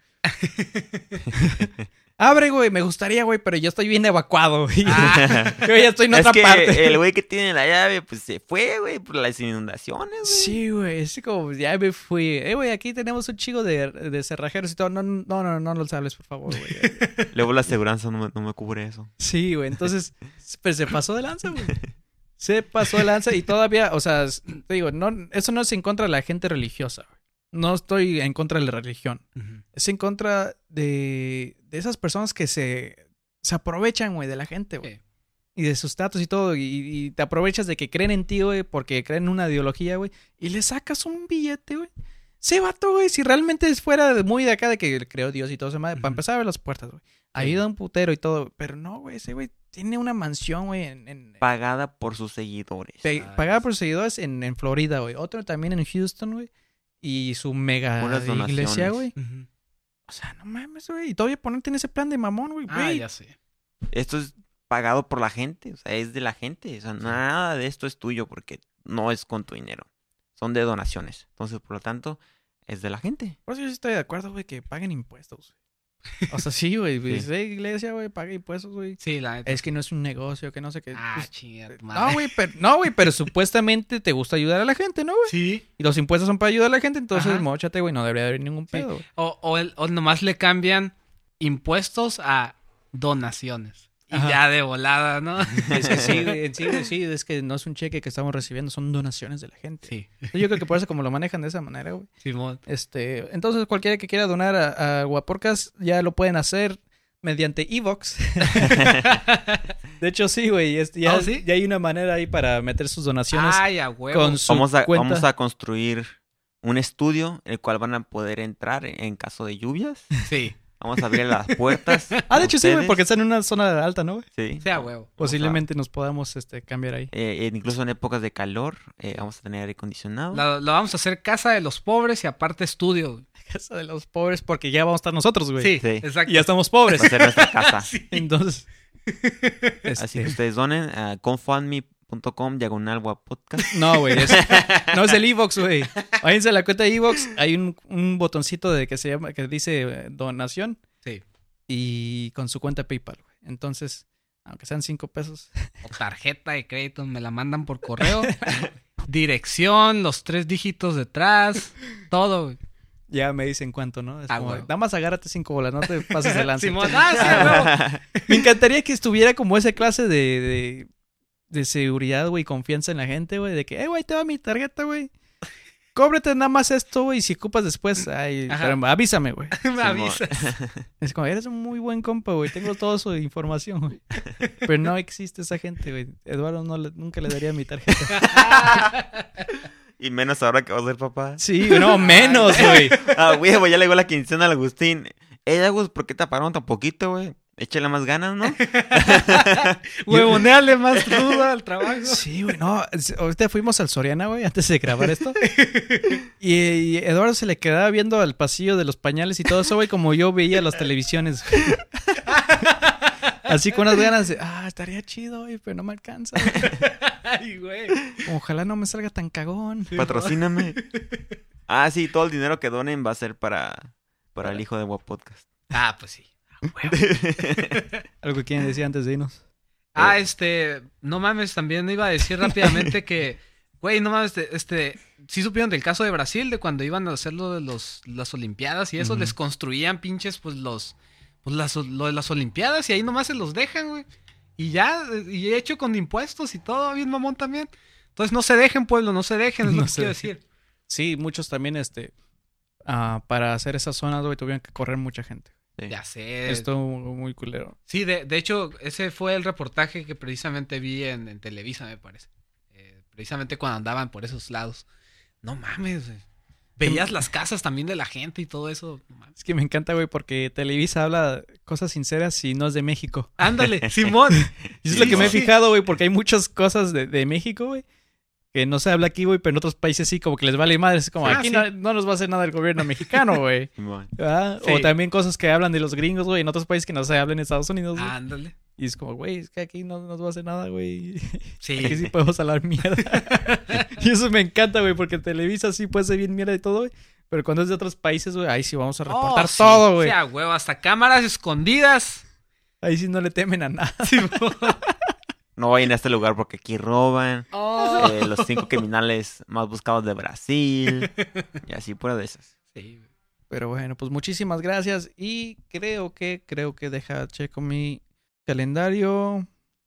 Abre, güey, me gustaría, güey, pero yo estoy bien evacuado, güey. Yo ya estoy en otra parte. El güey que tiene la llave, pues se fue, güey, por las inundaciones, güey. Sí, güey, es como, ya me fui. Güey, aquí tenemos un chico de cerrajeros y todo. No los hables, por favor, güey. Luego la aseguranza no me cubre eso. Sí, güey, entonces, pues se pasó de lanza, güey. Se pasó de lanza y todavía, o sea, te digo, eso no es en contra de la gente religiosa, güey. No estoy en contra de la religión. Es en contra de esas personas que se aprovechan, güey, de la gente, güey. Sí. Y de sus datos y todo. Y te aprovechas de que creen en ti, güey, porque creen en una ideología, güey. Y le sacas un billete, güey. Se vato, güey, si realmente fuera muy de acá de que creó Dios y todo eso, madre, para empezar a ver las puertas, güey. Ayuda a un putero y todo. Pero no, güey, ese güey tiene una mansión, güey, Pagada por sus seguidores. pagada por sus seguidores en Florida, güey. Otro también en Houston, güey. Y su mega Puras iglesia, donaciones. güey. O sea, no mames, güey. Y todavía ponerte en ese plan de mamón, güey. Ah, Güey. ya sé. Esto es pagado por la gente, o sea, es de la gente. O sea, nada de esto es tuyo porque no es con tu dinero. Son de donaciones. Entonces, por lo tanto, es de la gente. Por eso yo sí estoy de acuerdo, güey, que paguen impuestos, güey. O sea, sí, güey. Sí. Iglesia, güey, paga impuestos, güey. Sí, la neta. Es que no es un negocio, que no sé qué. Ah, Pues, chinga tu no, madre. güey, pero supuestamente te gusta ayudar a la gente, ¿no, güey? Sí. Y los impuestos son para ayudar a la gente, entonces Ajá. móchate, güey, no debería haber ningún Sí. pedo, güey. O nomás le cambian impuestos a donaciones. Y Ajá. ya de volada, ¿no? Es que sí, güey, sí, es que no es un cheque que estamos recibiendo, son donaciones de la gente. Sí. Yo creo que por eso como lo manejan de esa manera, güey. Simón. Entonces cualquiera que quiera donar a Guaporcas ya lo pueden hacer mediante Evox. De hecho, sí, güey. Ya, ¿Oh, sí? ya hay una manera ahí para meter sus donaciones Ay, a huevo. con su cuenta. Vamos a construir un estudio el cual van a poder entrar en caso de lluvias. Sí. Vamos a abrir las puertas. De hecho, sí, güey, ustedes. porque está en una zona alta, ¿no, güey? Sí. Sí, a huevo. Posiblemente nos podamos cambiar ahí. Incluso en épocas de calor vamos a tener aire acondicionado. Lo vamos a hacer casa de los pobres y aparte estudio. Güey. Casa de los pobres porque ya vamos a estar nosotros, güey. Sí, Sí. exacto. Y ya estamos pobres. Va a ser nuestra casa. Entonces... Así que ustedes donen a GoFundMe facebook.com/wapodcast. No, güey. No es el Evox, güey. Váyanse a la cuenta de Evox. Hay un botoncito que dice donación. Sí. Y con su cuenta PayPal, güey. Entonces, aunque sean 5 pesos. O tarjeta de crédito, me la mandan por correo. Dirección, los 3 dígitos detrás, todo, güey. Ya me dicen cuánto, ¿no? Es como, güey. nada más agárrate 5 bolas, no te pases de lanza. Simón, sí, Me encantaría que estuviera como esa clase de seguridad, güey, confianza en la gente, güey. De que, güey, te va mi tarjeta, güey. Cóbrate nada más esto, güey, y si ocupas después, pero avísame, güey. me avisas. Es como, eres un muy buen compa, güey. Tengo toda su información, güey. Pero no existe esa gente, güey. Eduardo nunca le daría mi tarjeta. Y menos ahora que va a ser papá. Sí, no, menos, güey. Güey, ya le llegó la quincena al Agustín. Agus, ¿por qué te pararon tan poquito, güey? Échale más ganas, ¿no? Huevoneale más rudo al trabajo. Sí, güey, no. Ahorita fuimos al Soriana, güey, antes de grabar esto. Y Eduardo se le quedaba viendo al pasillo de los pañales y todo eso, güey, como yo veía las televisiones. Así con unas ganas de, estaría chido, güey, pero no me alcanza. Ay, güey. Ojalá no me salga tan cagón. Patrocíname. Sí, todo el dinero que donen va a ser para el hijo de Wapodcast. Pues sí. ¿Algo que quieren decir antes de irnos? No mames, también iba a decir rápidamente que, güey, no mames, sí supieron del caso de Brasil, de cuando iban a hacer lo de las Olimpiadas y eso, les construían pinches, pues, lo de las Olimpiadas y ahí nomás se los dejan, güey. Y ya, y hecho con impuestos y todo, bien mamón también. Entonces no se dejen, pueblo, no se dejen, es lo que quiero decir. Sí, muchos también, para hacer esas zonas, güey, tuvieron que correr mucha gente. Sí. Ya sé. Esto muy culero. Sí, de hecho, ese fue el reportaje que precisamente vi en Televisa, me parece. Precisamente cuando andaban por esos lados. No mames, güey. Veías las casas también de la gente y todo eso. No mames. Es que me encanta, güey, porque Televisa habla cosas sinceras y no es de México. Ándale, Simón. Y eso es lo que me he fijado, güey, porque hay muchas cosas de México, güey, que no se habla aquí, güey, pero en otros países sí, como que les vale madre. Es como, aquí sí. no nos va a hacer nada el gobierno mexicano, güey. Sí. O también cosas que hablan de los gringos, güey, en otros países que no se hablan en Estados Unidos, güey. Ándale. Y es como, güey, es que aquí no nos va a hacer nada, güey. Sí. Aquí sí podemos hablar mierda. Y eso me encanta, güey, porque Televisa sí puede ser bien mierda y todo, güey. Pero cuando es de otros países, güey, ahí sí vamos a reportar todo, güey. Sí, a huevo, hasta cámaras escondidas. Ahí sí no le temen a nada. No vayan a este lugar porque aquí roban. Los 5 criminales más buscados de Brasil. Y así, pura de esas. Sí. Pero bueno, pues muchísimas gracias. Y creo que checo mi calendario.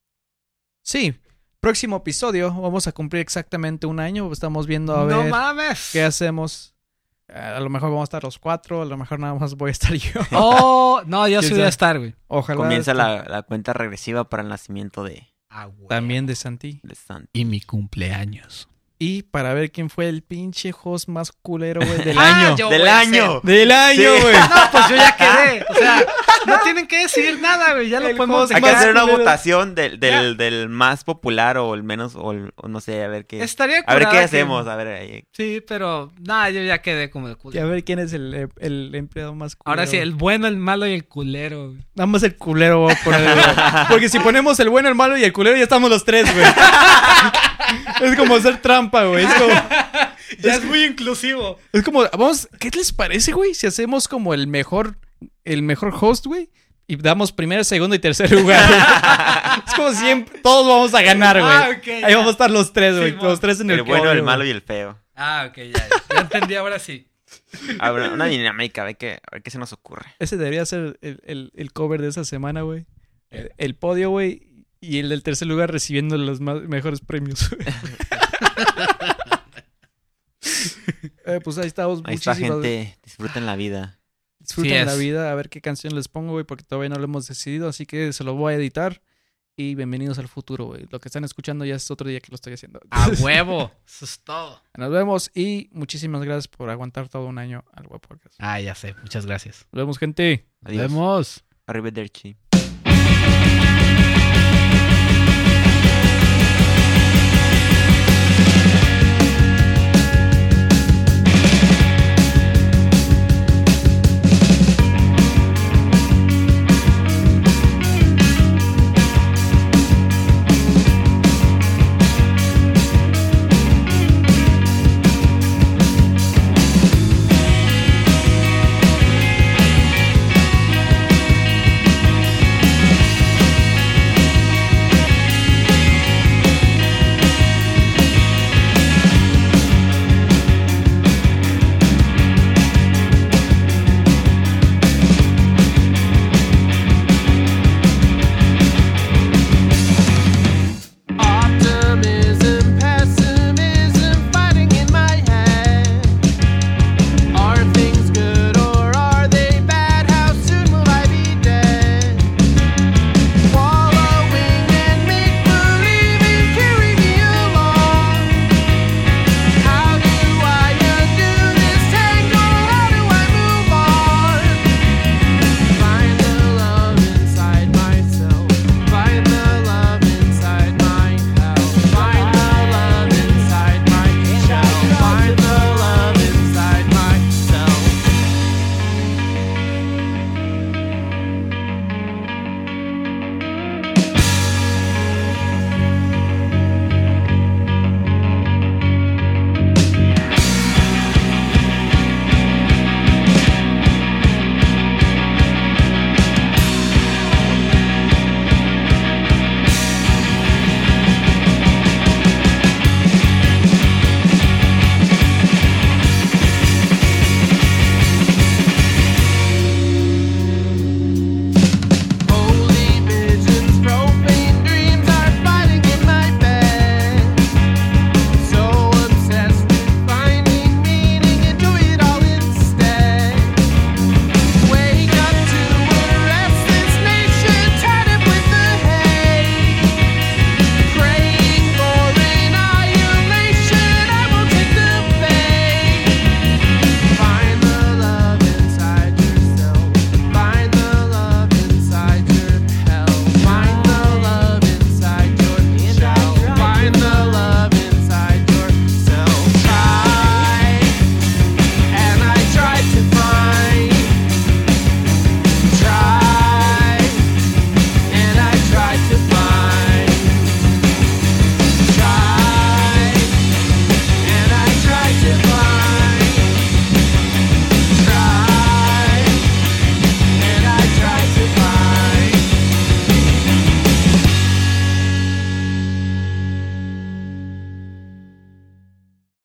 Sí, próximo episodio. Vamos a cumplir exactamente 1 año. Estamos viendo a ver. ¡No mames! ¿Qué hacemos? A lo mejor vamos a estar los 4. A lo mejor nada más voy a estar yo. No, yo sí voy a estar, güey. Ojalá. Comienza la cuenta regresiva para el nacimiento de también de Santi. Y mi cumpleaños. Y para ver quién fue el pinche host más culero, güey, del año. ¡Del año! ¡Del año, güey! No, pues yo ya quedé. O sea, no tienen que decidir nada, güey. Ya lo podemos Hay que dejar. hacer una votación del más popular o el menos, o no sé, a ver qué. Estaría a ver qué curada hacemos, a ver ahí. Sí, pero nada, yo ya quedé como el Y culero. a ver quién es el empleado más culero. Ahora sí, el bueno, el malo y el culero, güey. Nada más el culero voy a poner, güey. Porque si ponemos el bueno, el malo y el culero, ya estamos los 3, güey. Es como hacer trampa, güey. Es como... Ya es muy inclusivo. Es como, vamos, ¿qué les parece, güey? Si hacemos como el mejor host, güey, y damos primer, segundo y tercer lugar. Es como siempre, todos vamos a ganar, güey. Okay, ahí vamos a estar los 3, güey. Los 3 en el bueno, cover, el malo güey. y el feo. Ok, ya entendí, ahora sí. A ver, una dinámica, a ver qué se nos ocurre. Ese debería ser el cover de esa semana, güey. El podio, güey. Y el del tercer lugar recibiendo los mejores premios. Pues ahí estamos. Ahí está, gente. Disfruten la vida. Disfruten la vida. A ver qué canción les pongo, güey, porque todavía no lo hemos decidido. Así que se lo voy a editar. Y bienvenidos al futuro, güey. Lo que están escuchando ya es otro día que lo estoy haciendo. ¡A huevo! Eso es todo. Nos vemos y muchísimas gracias por aguantar todo 1 año al Web Podcast. Ya sé. Muchas gracias. Nos vemos, gente. Adiós. Nos vemos. Arrivederci.